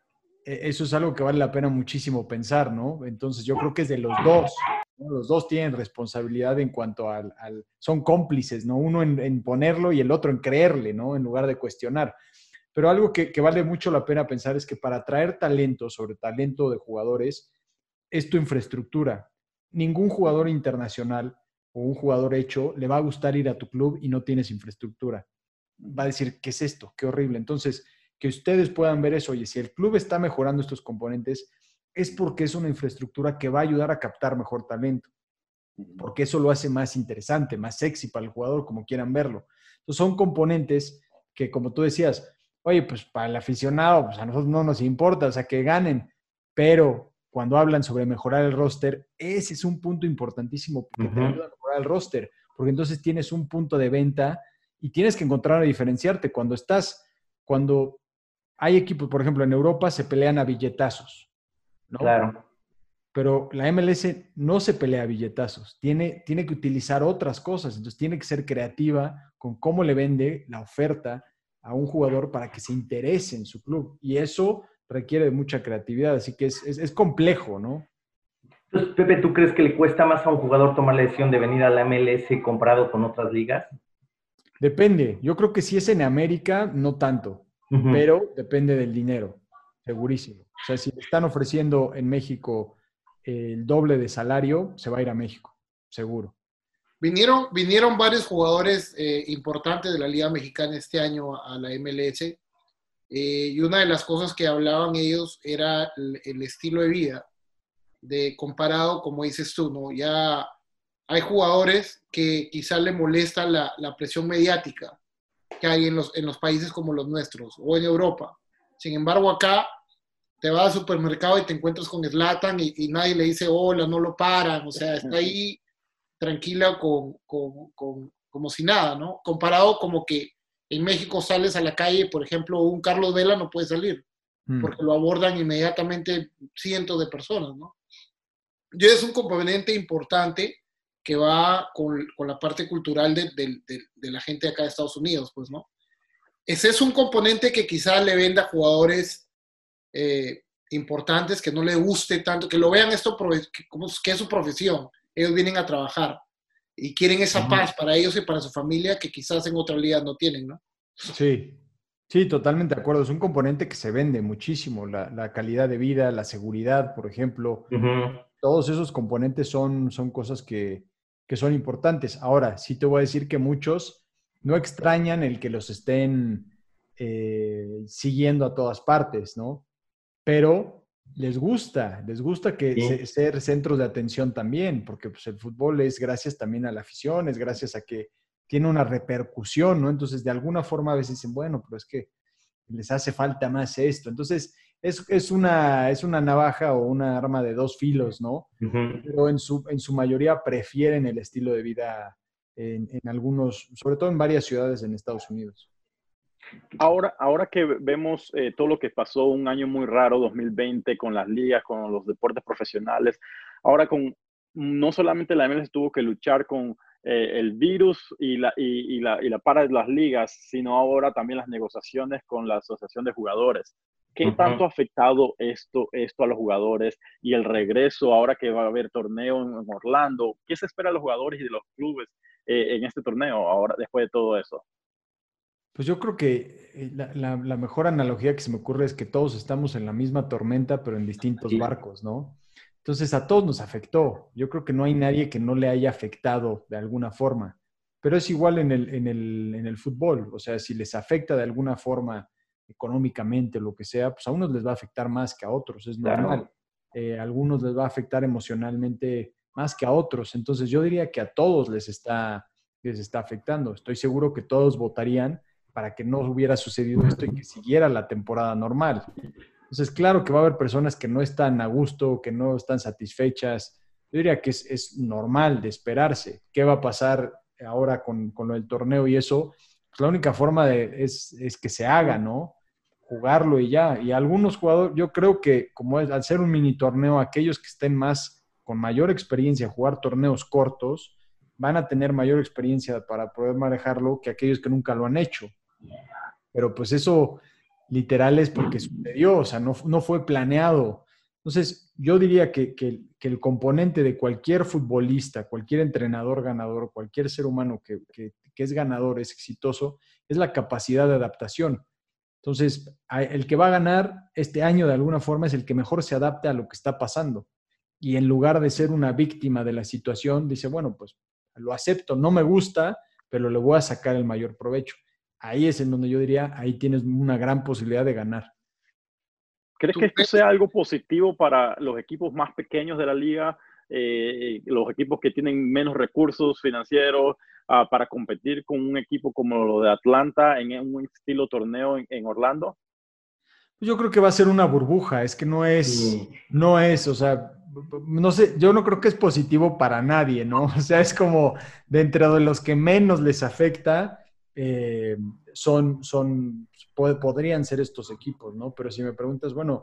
Eso es algo que vale la pena muchísimo pensar, ¿no? Entonces yo creo que es de los dos, ¿no? Los dos tienen responsabilidad en cuanto son cómplices, ¿no? Uno en ponerlo y el otro en creerle, ¿no? En lugar de cuestionar. Pero algo que vale mucho la pena pensar es que para atraer talento, sobre talento de jugadores, es tu infraestructura. Ningún jugador internacional o un jugador hecho le va a gustar ir a tu club y no tienes infraestructura. Va a decir, ¿qué es esto? Qué horrible. Entonces, que ustedes puedan ver eso. Oye, si el club está mejorando estos componentes, es porque es una infraestructura que va a ayudar a captar mejor talento. Porque eso lo hace más interesante, más sexy para el jugador, como quieran verlo. Entonces, son componentes que, como tú decías, oye, pues para el aficionado, pues a nosotros no nos importa, o sea, que ganen, pero cuando hablan sobre mejorar el roster, ese es un punto importantísimo porque te ayuda a mejorar el roster, porque entonces tienes un punto de venta y tienes que encontrar a diferenciarte. Cuando hay equipos, por ejemplo, en Europa se pelean a billetazos, ¿no? Claro. Pero la MLS no se pelea a billetazos, tiene que utilizar otras cosas, entonces tiene que ser creativa con cómo le vende la oferta a un jugador para que se interese en su club. Y eso requiere de mucha creatividad, así que es complejo, ¿no? Entonces, Pepe, ¿tú crees que le cuesta más a un jugador tomar la decisión de venir a la MLS comparado con otras ligas? Depende. Yo creo que si es en América, no tanto, pero depende del dinero, segurísimo. O sea, si le están ofreciendo en México el doble de salario, se va a ir a México, seguro. Vinieron varios jugadores importantes de la Liga Mexicana este año a la MLS y una de las cosas que hablaban ellos era el estilo de vida, comparado, como dices tú, ¿no? Ya hay jugadores que quizás le molesta la presión mediática que hay en los países como los nuestros o en Europa. Sin embargo, acá te vas al supermercado y te encuentras con Zlatan y nadie le dice hola, no lo paran, o sea, está ahí tranquila como si nada, ¿no? Comparado como que en México sales a la calle, por ejemplo, un Carlos Vela no puede salir, porque lo abordan inmediatamente cientos de personas, ¿no? Y es un componente importante que va con la parte cultural de la gente acá de Estados Unidos, pues, ¿no? ese es un componente que quizás le venda a jugadores importantes que no les guste tanto, que lo vean esto que es su profesión. Ellos vienen a trabajar y quieren esa paz para ellos y para su familia que quizás en otras ligas no tienen, ¿no? Sí, sí, totalmente de acuerdo. Es un componente que se vende muchísimo, la calidad de vida, la seguridad, por ejemplo. Todos esos componentes son cosas que son importantes. Ahora, sí te voy a decir que muchos no extrañan el que los estén siguiendo a todas partes, ¿no? Pero les gusta que Sí. ser centros de atención también, porque pues, el fútbol es gracias también a la afición, es gracias a que tiene una repercusión, ¿no? Entonces, de alguna forma a veces dicen, bueno, pero es que les hace falta más esto. Entonces, es una navaja o una arma de dos filos, ¿no? Pero en su mayoría prefieren el estilo de vida en algunos, sobre todo en varias ciudades en Estados Unidos. Ahora que vemos todo lo que pasó, un año muy raro, 2020, con las ligas, con los deportes profesionales, ahora no solamente la MLS tuvo que luchar con el virus y la para de las ligas, sino ahora también las negociaciones con la Asociación de Jugadores. ¿Qué tanto ha afectado esto a los jugadores y el regreso ahora que va a haber torneo en Orlando? ¿Qué se espera de los jugadores y de los clubes en este torneo ahora después de todo eso? Pues yo creo que la mejor analogía que se me ocurre es que todos estamos en la misma tormenta, pero en distintos Sí. barcos, ¿no? Entonces a todos nos afectó. Yo creo que no hay nadie que no le haya afectado de alguna forma, pero es igual en el fútbol. O sea, si les afecta de alguna forma económicamente o lo que sea, pues a unos les va a afectar más que a otros, es normal. Claro. A algunos les va a afectar emocionalmente más que a otros. Entonces yo diría que a todos les está afectando. Estoy seguro que todos votarían para que no hubiera sucedido esto y que siguiera la temporada normal. Entonces, claro que va a haber personas que no están a gusto, que no están satisfechas. Yo diría que es normal de esperarse. ¿Qué va a pasar ahora con lo del torneo y eso? Pues la única forma es que se haga, ¿no? Jugarlo y ya. Y algunos jugadores, yo creo que como es, al ser un mini torneo, aquellos que estén más con mayor experiencia a jugar torneos cortos, van a tener mayor experiencia para poder manejarlo que aquellos que nunca lo han hecho. Pero pues eso literal es porque sucedió, o sea, no fue planeado. Entonces, yo diría que el componente de cualquier futbolista, cualquier entrenador ganador, cualquier ser humano que es ganador, es exitoso, es la capacidad de adaptación. Entonces, el que va a ganar este año de alguna forma es el que mejor se adapte a lo que está pasando. Y en lugar de ser una víctima de la situación, dice, bueno, pues lo acepto, no me gusta, pero le voy a sacar el mayor provecho. Ahí es en donde yo diría, ahí tienes una gran posibilidad de ganar. ¿Crees que esto sea algo positivo para los equipos más pequeños de la liga, los equipos que tienen menos recursos financieros para competir con un equipo como lo de Atlanta en un estilo torneo en Orlando? Yo creo que va a ser una burbuja, es que no es, o sea, no sé, yo no creo que es positivo para nadie, ¿no? O sea, es como dentro de los que menos les afecta, eh, podrían ser estos equipos, ¿no? Pero si me preguntas, bueno,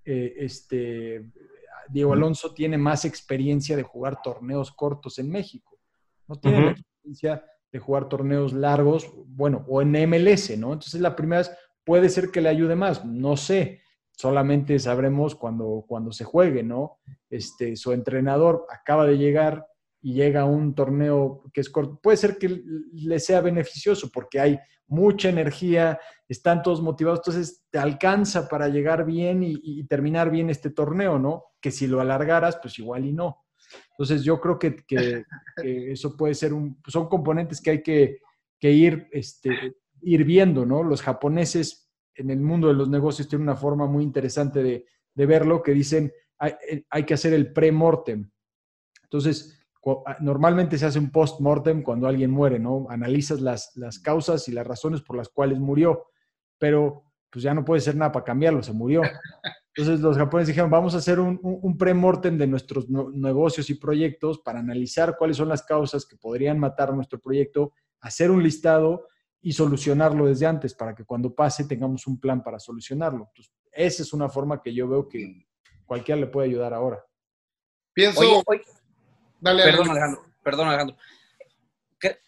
Diego Alonso tiene más experiencia de jugar torneos cortos en México, no tiene la experiencia de jugar torneos largos, bueno, o en MLS, ¿no? Entonces la primera es, puede ser que le ayude más, no sé, solamente sabremos cuando se juegue, ¿no? Su entrenador acaba de llegar y llega a un torneo que es corto, puede ser que le sea beneficioso porque hay mucha energía, están todos motivados, entonces te alcanza para llegar bien y terminar bien este torneo, ¿no? Que si lo alargaras, pues igual y no. Entonces yo creo que eso puede ser son componentes que hay que ir viendo, ¿no? Los japoneses en el mundo de los negocios tienen una forma muy interesante de verlo, que dicen hay que hacer el pre-mortem. Entonces, normalmente se hace un post-mortem cuando alguien muere, ¿no? Analizas las causas y las razones por las cuales murió, pero pues ya no puede ser nada para cambiarlo, se murió. Entonces los japoneses dijeron, vamos a hacer un pre-mortem de nuestros negocios y proyectos para analizar cuáles son las causas que podrían matar nuestro proyecto, hacer un listado y solucionarlo desde antes para que cuando pase tengamos un plan para solucionarlo. Entonces, esa es una forma que yo veo que cualquiera le puede ayudar ahora. Pienso... Oye, dale, perdón, Alejandro.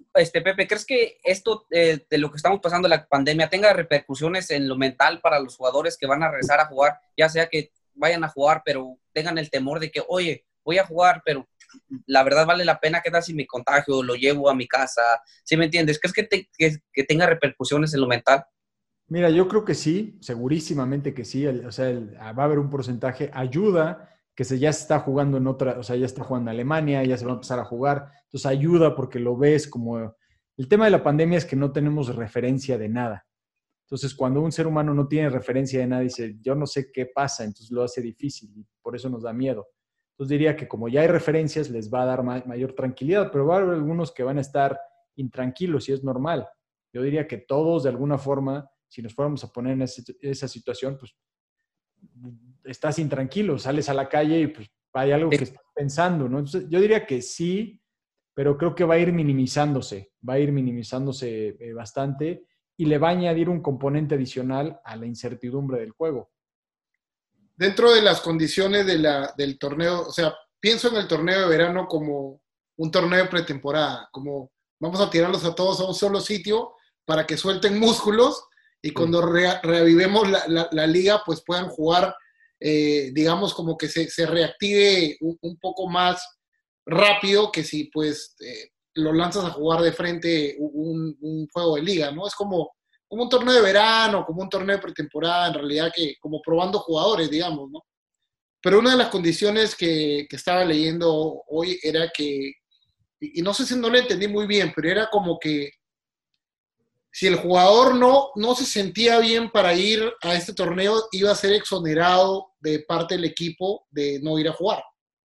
Pepe, ¿crees que esto de lo que estamos pasando, la pandemia, tenga repercusiones en lo mental para los jugadores que van a regresar a jugar? Ya sea que vayan a jugar, pero tengan el temor de que, oye, voy a jugar, pero la verdad vale la pena, ¿qué tal si me contagio, lo llevo a mi casa? ¿Sí me entiendes? ¿Crees que tenga repercusiones en lo mental? Mira, yo creo que sí, segurísimamente que sí. Va a haber un porcentaje. Ayuda que ya se está jugando en otra, o sea, ya está jugando en Alemania, ya se va a empezar a jugar. Entonces ayuda porque lo ves como... El tema de la pandemia es que no tenemos referencia de nada. Entonces, cuando un ser humano no tiene referencia de nada, dice, yo no sé qué pasa, entonces lo hace difícil y por eso nos da miedo. Entonces diría que como ya hay referencias, les va a dar mayor tranquilidad, pero va a haber algunos que van a estar intranquilos y es normal. Yo diría que todos, de alguna forma, si nos fuéramos a poner en esa situación, pues estás intranquilo, sales a la calle y pues hay algo que estás pensando, ¿no? Entonces, yo diría que sí, pero creo que va a ir minimizándose bastante y le va a añadir un componente adicional a la incertidumbre del juego. Dentro de las condiciones del torneo, o sea, pienso en el torneo de verano como un torneo de pretemporada, como vamos a tirarlos a todos a un solo sitio para que suelten músculos y cuando reavivemos la liga, pues puedan jugar, digamos, como que se reactive un poco más rápido que si pues lo lanzas a jugar de frente un juego de liga, ¿no? Es como un torneo de verano, como un torneo de pretemporada, en realidad, que como probando jugadores, digamos, ¿no? Pero una de las condiciones que estaba leyendo hoy era que, y no sé si no lo entendí muy bien, pero era como que si el jugador no se sentía bien para ir a este torneo, iba a ser exonerado de parte del equipo de no ir a jugar.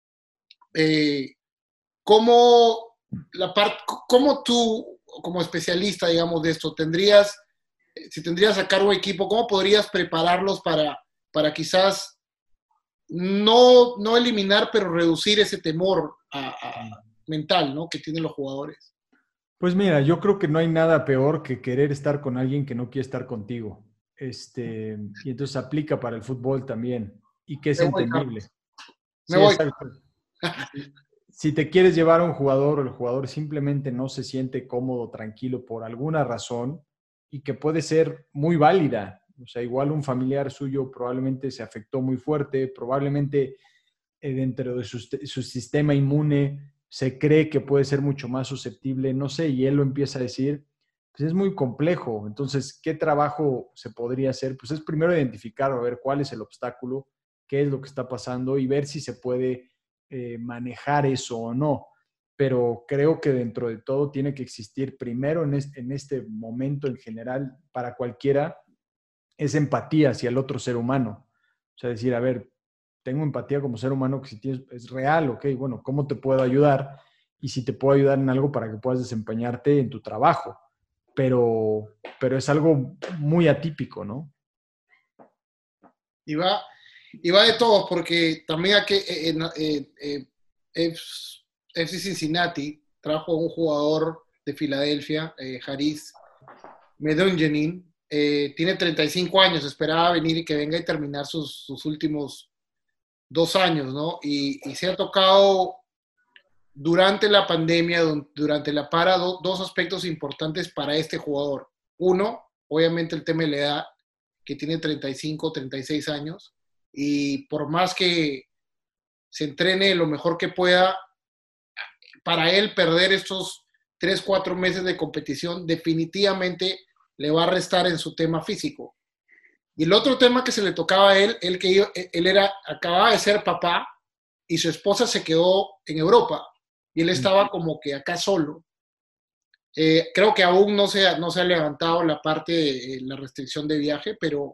¿Cómo tú, como especialista, digamos, de esto, si tendrías a cargo equipo, cómo podrías prepararlos para quizás no eliminar, pero reducir ese temor mental, ¿no?, que tienen los jugadores? Pues mira, yo creo que no hay nada peor que querer estar con alguien que no quiere estar contigo. Y entonces aplica para el fútbol también. Y que es entendible. Me voy. Exacto. Si te quieres llevar a un jugador, el jugador simplemente no se siente cómodo, tranquilo por alguna razón y que puede ser muy válida. O sea, igual un familiar suyo probablemente se afectó muy fuerte, probablemente dentro de su sistema inmune se cree que puede ser mucho más susceptible, no sé, y él lo empieza a decir, pues es muy complejo. Entonces, ¿qué trabajo se podría hacer? Pues es primero identificar, a ver cuál es el obstáculo, qué es lo que está pasando y ver si se puede manejar eso o no. Pero creo que dentro de todo tiene que existir primero en este momento en general para cualquiera es empatía hacia el otro ser humano. O sea, decir, a ver, tengo empatía como ser humano que si tienes, es real, ok, bueno, ¿cómo te puedo ayudar? Y si te puedo ayudar en algo para que puedas desempeñarte en tu trabajo. Pero es algo muy atípico, ¿no? Y va de todos, porque también aquí FC Cincinnati trajo a un jugador de Filadelfia, Haris Medunjanin, tiene 35 años, esperaba venir y que venga y terminar sus últimos 2 años, ¿no? Y se ha tocado durante la pandemia, durante la para, dos aspectos importantes para este jugador. Uno, obviamente el tema de la edad, que tiene 35, 36 años, y por más que se entrene lo mejor que pueda, para él perder estos 3, 4 meses de competición definitivamente le va a restar en su tema físico. Y el otro tema que se le tocaba a él acababa de ser papá y su esposa se quedó en Europa y él estaba como que acá solo. Creo que aún no se ha levantado la parte de la restricción de viaje, pero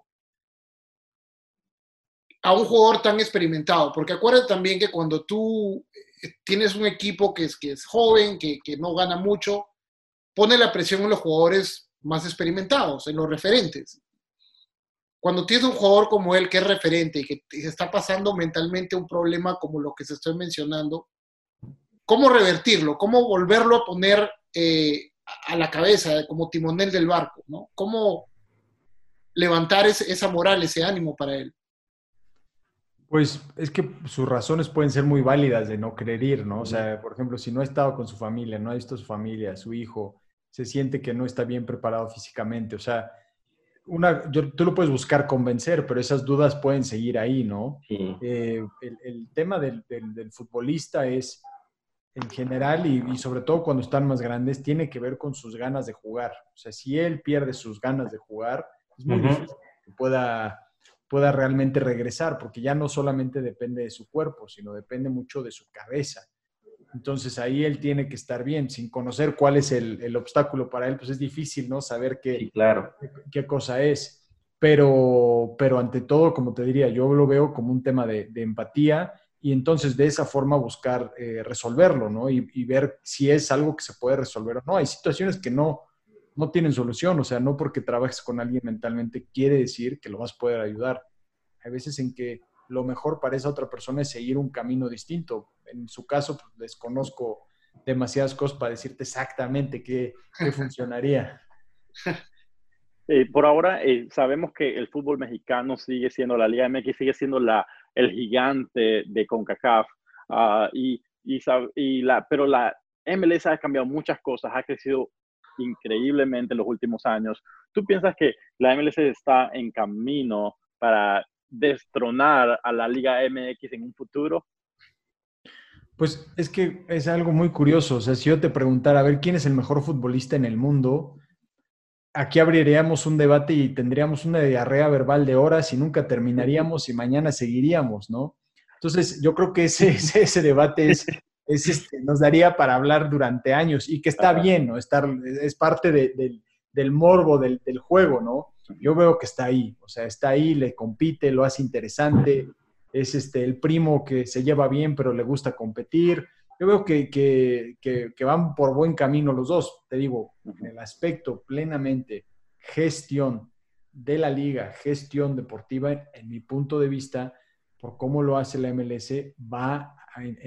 a un jugador tan experimentado, porque acuérdate también que cuando tú tienes un equipo que es joven, que no gana mucho, pone la presión en los jugadores más experimentados, en los referentes. Cuando tienes un jugador como él que es referente y que se está pasando mentalmente un problema como lo que se estoy mencionando, ¿cómo revertirlo? ¿Cómo volverlo a poner a la cabeza como timonel del barco, ¿no? ¿Cómo levantar esa moral, ese ánimo para él? Pues es que sus razones pueden ser muy válidas de no querer ir, ¿no? O sea, por ejemplo, si no ha estado con su familia, no ha visto a su familia, su hijo, se siente que no está bien preparado físicamente. O sea, tú lo puedes buscar convencer, pero esas dudas pueden seguir ahí, ¿no? Sí. El tema del futbolista es, en general, y sobre todo cuando están más grandes, tiene que ver con sus ganas de jugar. O sea, si él pierde sus ganas de jugar, es muy Ujú. difícil que pueda realmente regresar, porque ya no solamente depende de su cuerpo, sino depende mucho de su cabeza. Entonces ahí él tiene que estar bien, sin conocer cuál es el obstáculo para él, pues es difícil, ¿no? Saber Sí, claro. qué cosa es. Pero ante todo, como te diría, yo lo veo como un tema de empatía y entonces de esa forma buscar resolverlo, ¿no? Y ver si es algo que se puede resolver o no. Hay situaciones que no tienen solución, o sea, no porque trabajes con alguien mentalmente quiere decir que lo vas a poder ayudar. Hay veces en que lo mejor para esa otra persona es seguir un camino distinto. En su caso, pues, desconozco demasiadas cosas para decirte exactamente qué funcionaría. Por ahora sabemos que el fútbol mexicano sigue siendo, la Liga MX sigue siendo el gigante de CONCACAF, pero la MLS ha cambiado muchas cosas, ha crecido increíblemente en los últimos años. ¿Tú piensas que la MLS está en camino para destronar a la Liga MX en un futuro? Pues es que es algo muy curioso. O sea, si yo te preguntara, a ver, ¿quién es el mejor futbolista en el mundo? Aquí abriríamos un debate y tendríamos una diarrea verbal de horas y nunca terminaríamos y mañana seguiríamos, ¿no? Entonces, yo creo que ese debate nos daría para hablar durante años y que está Ajá. bien, ¿no? Es parte del morbo del juego, ¿no? Yo veo que está ahí, o sea, está ahí, le compite, lo hace interesante, es el primo que se lleva bien pero le gusta competir. Yo veo que van por buen camino los dos, te digo, en el aspecto plenamente gestión de la liga, gestión deportiva, en mi punto de vista, por cómo lo hace la MLS, va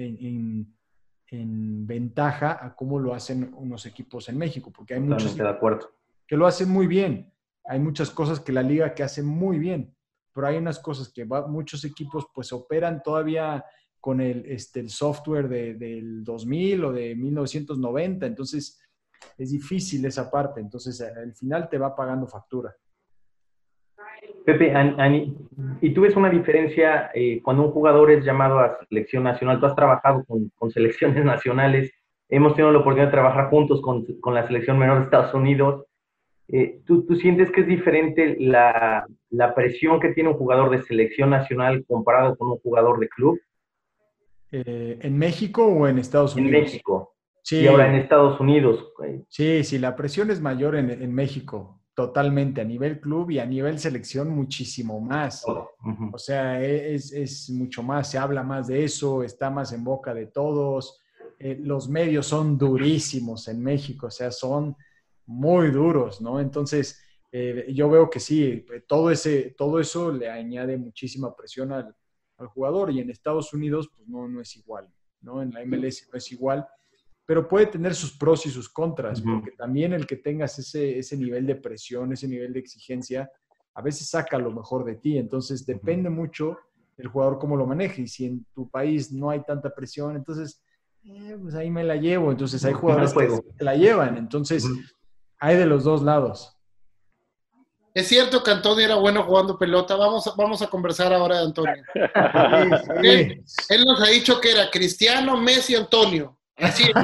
en ventaja a cómo lo hacen unos equipos en México, porque hay muchos Totalmente de acuerdo. que lo hacen muy bien. Hay muchas cosas que la liga que hace muy bien, pero hay unas cosas que muchos equipos pues operan todavía con el software del 2000 o de 1990, entonces es difícil esa parte, entonces al final te va pagando factura. Pepe, ¿y tú ves una diferencia cuando un jugador es llamado a selección nacional? Tú has trabajado con selecciones nacionales, hemos tenido la oportunidad de trabajar juntos con la selección menor de Estados Unidos. ¿Tú sientes que es diferente la presión que tiene un jugador de selección nacional comparado con un jugador de club? ¿En México o en Estados En Unidos? México y ahora en Sí, Estados Unidos. sí, la presión es mayor en México, totalmente, a nivel club y a nivel selección muchísimo más. Uh-huh. O sea, es mucho más, se habla más de eso, está más en boca de todos. Los medios son durísimos en México, o sea, son muy duros, ¿no? Entonces, yo veo que sí, todo eso le añade muchísima presión al jugador y en Estados Unidos, pues no es igual, ¿no? En la MLS no es igual, pero puede tener sus pros y sus contras, Uh-huh. porque también el que tengas ese nivel de presión, ese nivel de exigencia, a veces saca lo mejor de ti. Entonces depende mucho del jugador cómo lo maneje. Y si en tu país no hay tanta presión, entonces, pues ahí me la llevo. Entonces hay jugadores que se la llevan. Entonces hay de los dos lados. Es cierto que Antonio era bueno jugando pelota. Vamos a conversar ahora de Antonio. Sí, sí. Él nos ha dicho que era Cristiano, Messi, Antonio. Así es.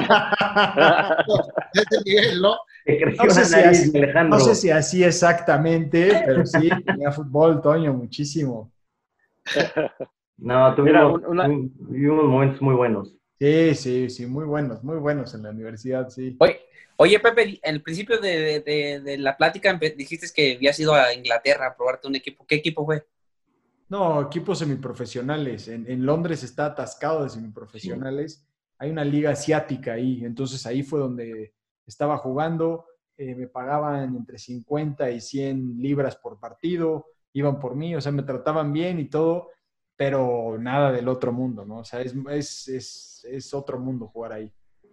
De ese nivel, ¿no? No sé si así exactamente, pero sí, tenía fútbol, Toño, muchísimo. No, Mira, vivimos momentos muy buenos. Sí, muy buenos en la universidad, sí. Oye, Pepe, en el principio de la plática dijiste que habías ido a Inglaterra a probarte un equipo. ¿Qué equipo fue? No, equipos semiprofesionales. En Londres está atascado de semiprofesionales. Hay una liga asiática ahí, entonces ahí fue donde estaba jugando. Me pagaban entre 50 y 100 libras por partido, iban por mí, o sea, me trataban bien y todo, pero nada del otro mundo, ¿no? O sea, es otro mundo jugar ahí.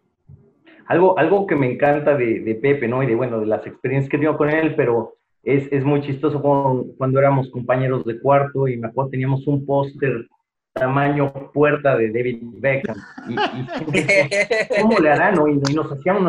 Algo que me encanta de Pepe, ¿no? Y de las experiencias que tengo con él, pero es muy chistoso cuando éramos compañeros de cuarto y me acuerdo teníamos un póster tamaño puerta de David Beckham. ¿Cómo le harán? ¿No? Y nos hacíamos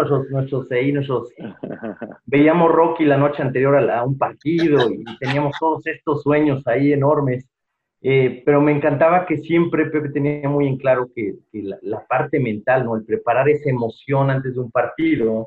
veíamos Rocky la noche anterior a un partido y teníamos todos estos sueños ahí enormes. Pero me encantaba que siempre Pepe tenía muy en claro que la parte mental, ¿no? El preparar esa emoción antes de un partido,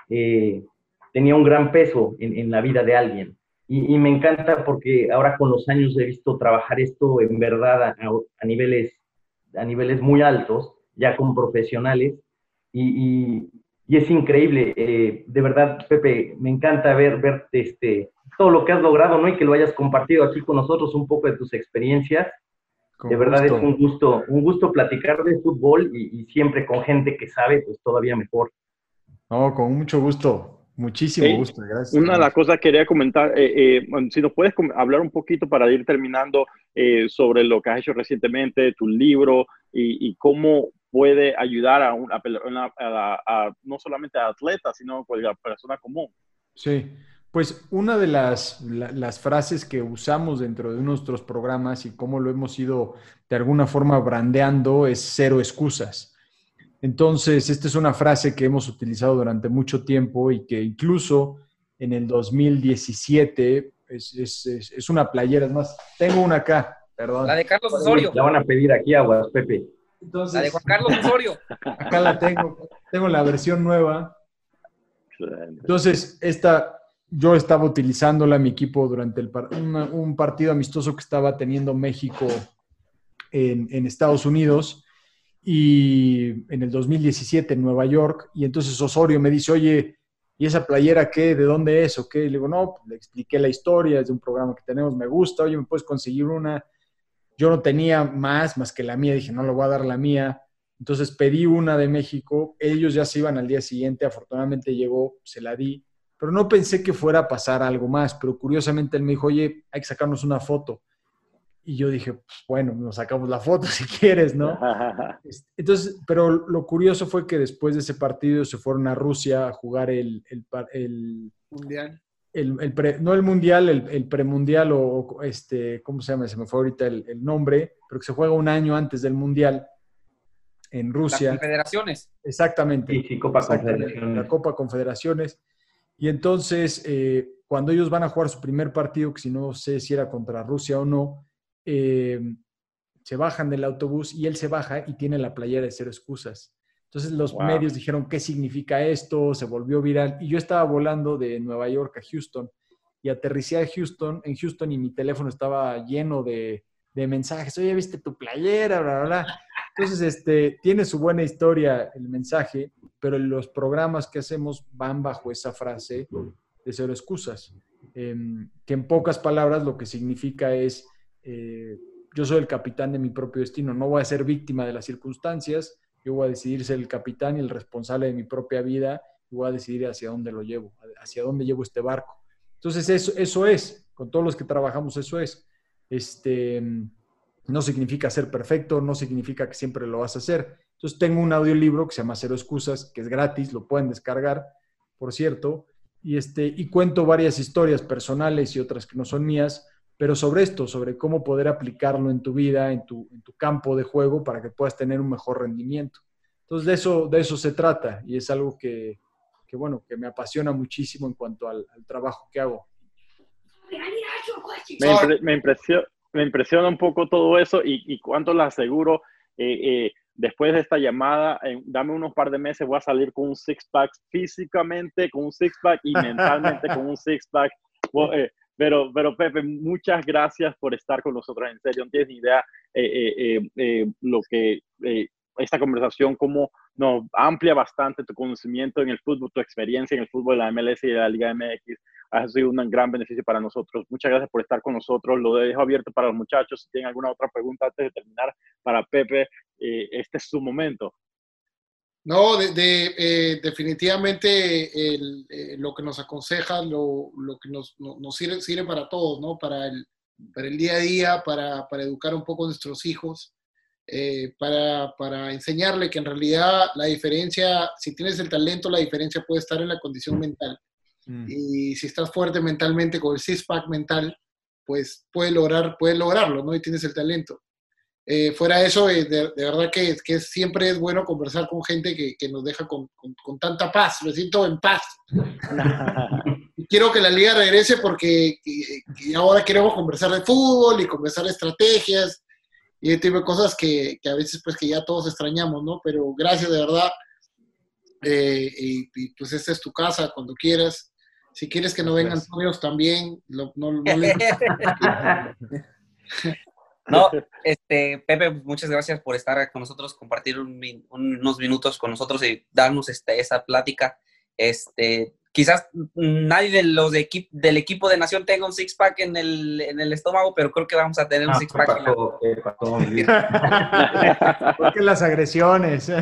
tenía un gran peso en la vida de alguien. Y me encanta porque ahora con los años he visto trabajar esto en verdad a niveles muy altos, ya con profesionales, y es increíble. De verdad, Pepe, me encanta ver todo lo que has logrado, ¿no? Y que lo hayas compartido aquí con nosotros, un poco de tus experiencias. De verdad es un gusto platicar de fútbol y siempre con gente que sabe, pues todavía mejor. No, con mucho gusto. Muchísimo gusto, gracias. Una de las cosas que quería comentar, si nos puedes hablar un poquito para ir terminando sobre lo que has hecho recientemente, tu libro y cómo puede ayudar a no solamente a atletas, sino a la persona común. Sí, pues una de las frases que usamos dentro de nuestros programas y cómo lo hemos ido de alguna forma brandeando es cero excusas. Entonces, esta es una frase que hemos utilizado durante mucho tiempo y que incluso en el 2017 es una playera. Es más, tengo una acá, perdón. La de Carlos Osorio. La van a pedir aquí aguas, Pepe. Entonces, la de Juan Carlos Osorio. Acá la tengo la versión nueva. Entonces, yo estaba utilizándola en mi equipo durante un partido amistoso que estaba teniendo México en Estados Unidos. Y en el 2017 en Nueva York, y entonces Osorio me dice, oye, ¿y esa playera qué? ¿De dónde es? ¿O qué? Y le digo, no, pues le expliqué la historia, es de un programa que tenemos, me gusta, oye, ¿me puedes conseguir una? Yo no tenía más que la mía, dije, no le voy a dar la mía, entonces pedí una de México, ellos ya se iban al día siguiente, afortunadamente llegó, se la di, pero no pensé que fuera a pasar algo más, pero curiosamente él me dijo, oye, hay que sacarnos una foto. Y yo dije, pues bueno, nos sacamos la foto si quieres, ¿no? Entonces, pero lo curioso fue que después de ese partido se fueron a Rusia a jugar el Mundial. No el Mundial, el premundial o ¿cómo se llama? Se me fue ahorita el nombre, pero que se juega un año antes del Mundial en Rusia. Las Confederaciones. Exactamente. Sí, Copa Confederaciones. La Copa Confederaciones. Y entonces, cuando ellos van a jugar su primer partido, que si no sé si era contra Rusia o no, se bajan del autobús y él se baja y tiene la playera de Cero Excusas. Entonces los medios dijeron, ¿qué significa esto? Se volvió viral. Y yo estaba volando de Nueva York a Houston y aterricé en Houston y mi teléfono estaba lleno de mensajes. Oye, ¿viste tu playera? Bla, bla, bla. Entonces, tiene su buena historia el mensaje, pero los programas que hacemos van bajo esa frase de Cero Excusas. Que en pocas palabras lo que significa es yo soy el capitán de mi propio destino, no voy a ser víctima de las circunstancias, yo voy a decidir ser el capitán y el responsable de mi propia vida y voy a decidir hacia dónde lo llevo, hacia dónde llevo este barco. Entonces eso es, con todos los que trabajamos eso es. No significa ser perfecto, no significa que siempre lo vas a hacer. Entonces tengo un audiolibro que se llama Cero Excusas, que es gratis, lo pueden descargar, por cierto, y cuento varias historias personales y otras que no son mías, pero sobre esto, sobre cómo poder aplicarlo en tu vida, en tu campo de juego, para que puedas tener un mejor rendimiento. Entonces, de eso se trata, y es algo que me apasiona muchísimo en cuanto al trabajo que hago. Me impresiona un poco todo eso, y cuánto les aseguro, después de esta llamada, dame unos par de meses, voy a salir con un six-pack físicamente, con un six-pack y mentalmente con un six-pack. Pero Pepe, muchas gracias por estar con nosotros. En serio, no tienes ni idea lo que esta conversación, cómo nos amplia bastante tu conocimiento en el fútbol, tu experiencia en el fútbol de la MLS y de la Liga MX. Ha sido un gran beneficio para nosotros. Muchas gracias por estar con nosotros. Lo dejo abierto para los muchachos. Si tienen alguna otra pregunta antes de terminar para Pepe, este es su momento. No, definitivamente lo que nos aconseja, lo que nos sirve para todos, ¿no? Para el día a día, para educar un poco a nuestros hijos, para enseñarle que en realidad la diferencia, si tienes el talento, la diferencia puede estar en la condición mental. Y si estás fuerte mentalmente con el six-pack mental, pues puedes lograrlo, ¿no? Y tienes el talento. fuera de eso, de verdad que siempre es bueno conversar con gente que nos deja con tanta paz. Me siento en paz. Y quiero que la liga regrese porque que ahora queremos conversar de fútbol y conversar de estrategias y ese tipo de cosas que a veces pues que ya todos extrañamos, ¿no? Pero gracias de verdad. Y pues esta es tu casa cuando quieras. Si quieres que no vengan tuyos también, no le... No, Pepe, muchas gracias por estar con nosotros, compartir unos minutos con nosotros y darnos esa plática. Quizás nadie de los del equipo de Nación tenga un six-pack en el estómago, pero creo que vamos a tener un six-pack. ¿Por qué las agresiones?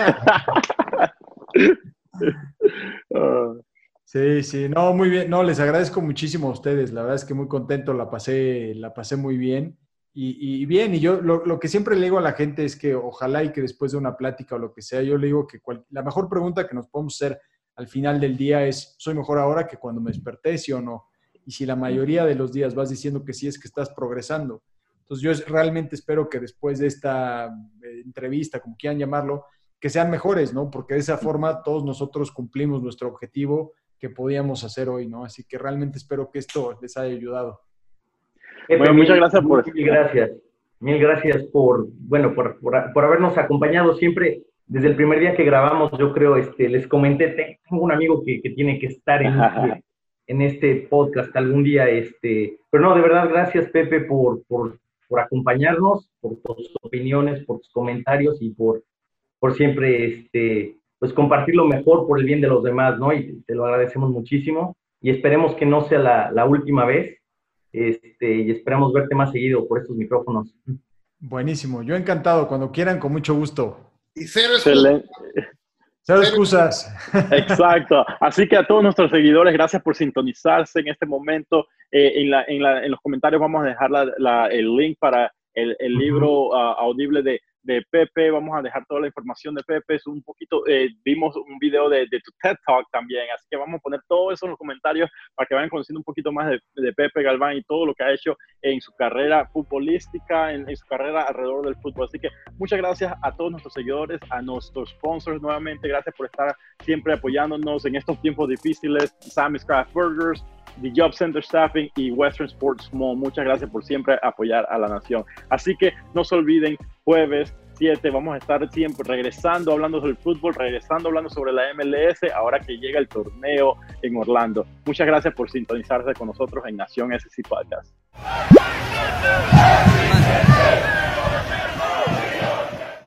Sí, no, muy bien. No, les agradezco muchísimo a ustedes. La verdad es que muy contento, la pasé muy bien. Y bien, y yo lo que siempre le digo a la gente es que ojalá y que después de una plática o lo que sea, yo le digo que la mejor pregunta que nos podemos hacer al final del día es, ¿soy mejor ahora que cuando me desperté, sí o no? Y si la mayoría de los días vas diciendo que sí, es que estás progresando. Entonces yo realmente espero que después de esta entrevista, como quieran llamarlo, que sean mejores, ¿no? Porque de esa forma todos nosotros cumplimos nuestro objetivo que podíamos hacer hoy, ¿no? Así que realmente espero que esto les haya ayudado. Bueno, muchas gracias por... Mil gracias por habernos acompañado siempre desde el primer día que grabamos. Yo creo, les comenté, tengo un amigo que tiene que estar en este podcast algún día, pero no, de verdad, gracias, Pepe, por acompañarnos, por tus opiniones, por tus comentarios y por siempre, pues compartir lo mejor por el bien de los demás, ¿no? Y te lo agradecemos muchísimo y esperemos que no sea la última vez. Y esperamos verte más seguido por estos micrófonos. Buenísimo, yo encantado, cuando quieran, con mucho gusto. Y cero excusas. Cero excusas. Exacto. Así que a todos nuestros seguidores, gracias por sintonizarse en este momento. En los comentarios vamos a dejar el link para el libro audible de Pepe. Vamos a dejar toda la información de Pepe. Es un poquito, vimos un video de tu TED Talk también, así que vamos a poner todo eso en los comentarios para que vayan conociendo un poquito más de Pepe Galván y todo lo que ha hecho en su carrera futbolística, en su carrera alrededor del fútbol. Así que muchas gracias a todos nuestros seguidores, a nuestros sponsors nuevamente. Gracias por estar siempre apoyándonos en estos tiempos difíciles. Sammy's Craft Burgers, The Job Center Staffing y Western Sports Mall. Muchas gracias por siempre apoyar a la nación. Así que no se olviden, jueves 7 vamos a estar siempre regresando hablando sobre el fútbol, regresando hablando sobre la MLS, ahora que llega el torneo en Orlando. Muchas gracias por sintonizarse con nosotros en Nación SC Podcast.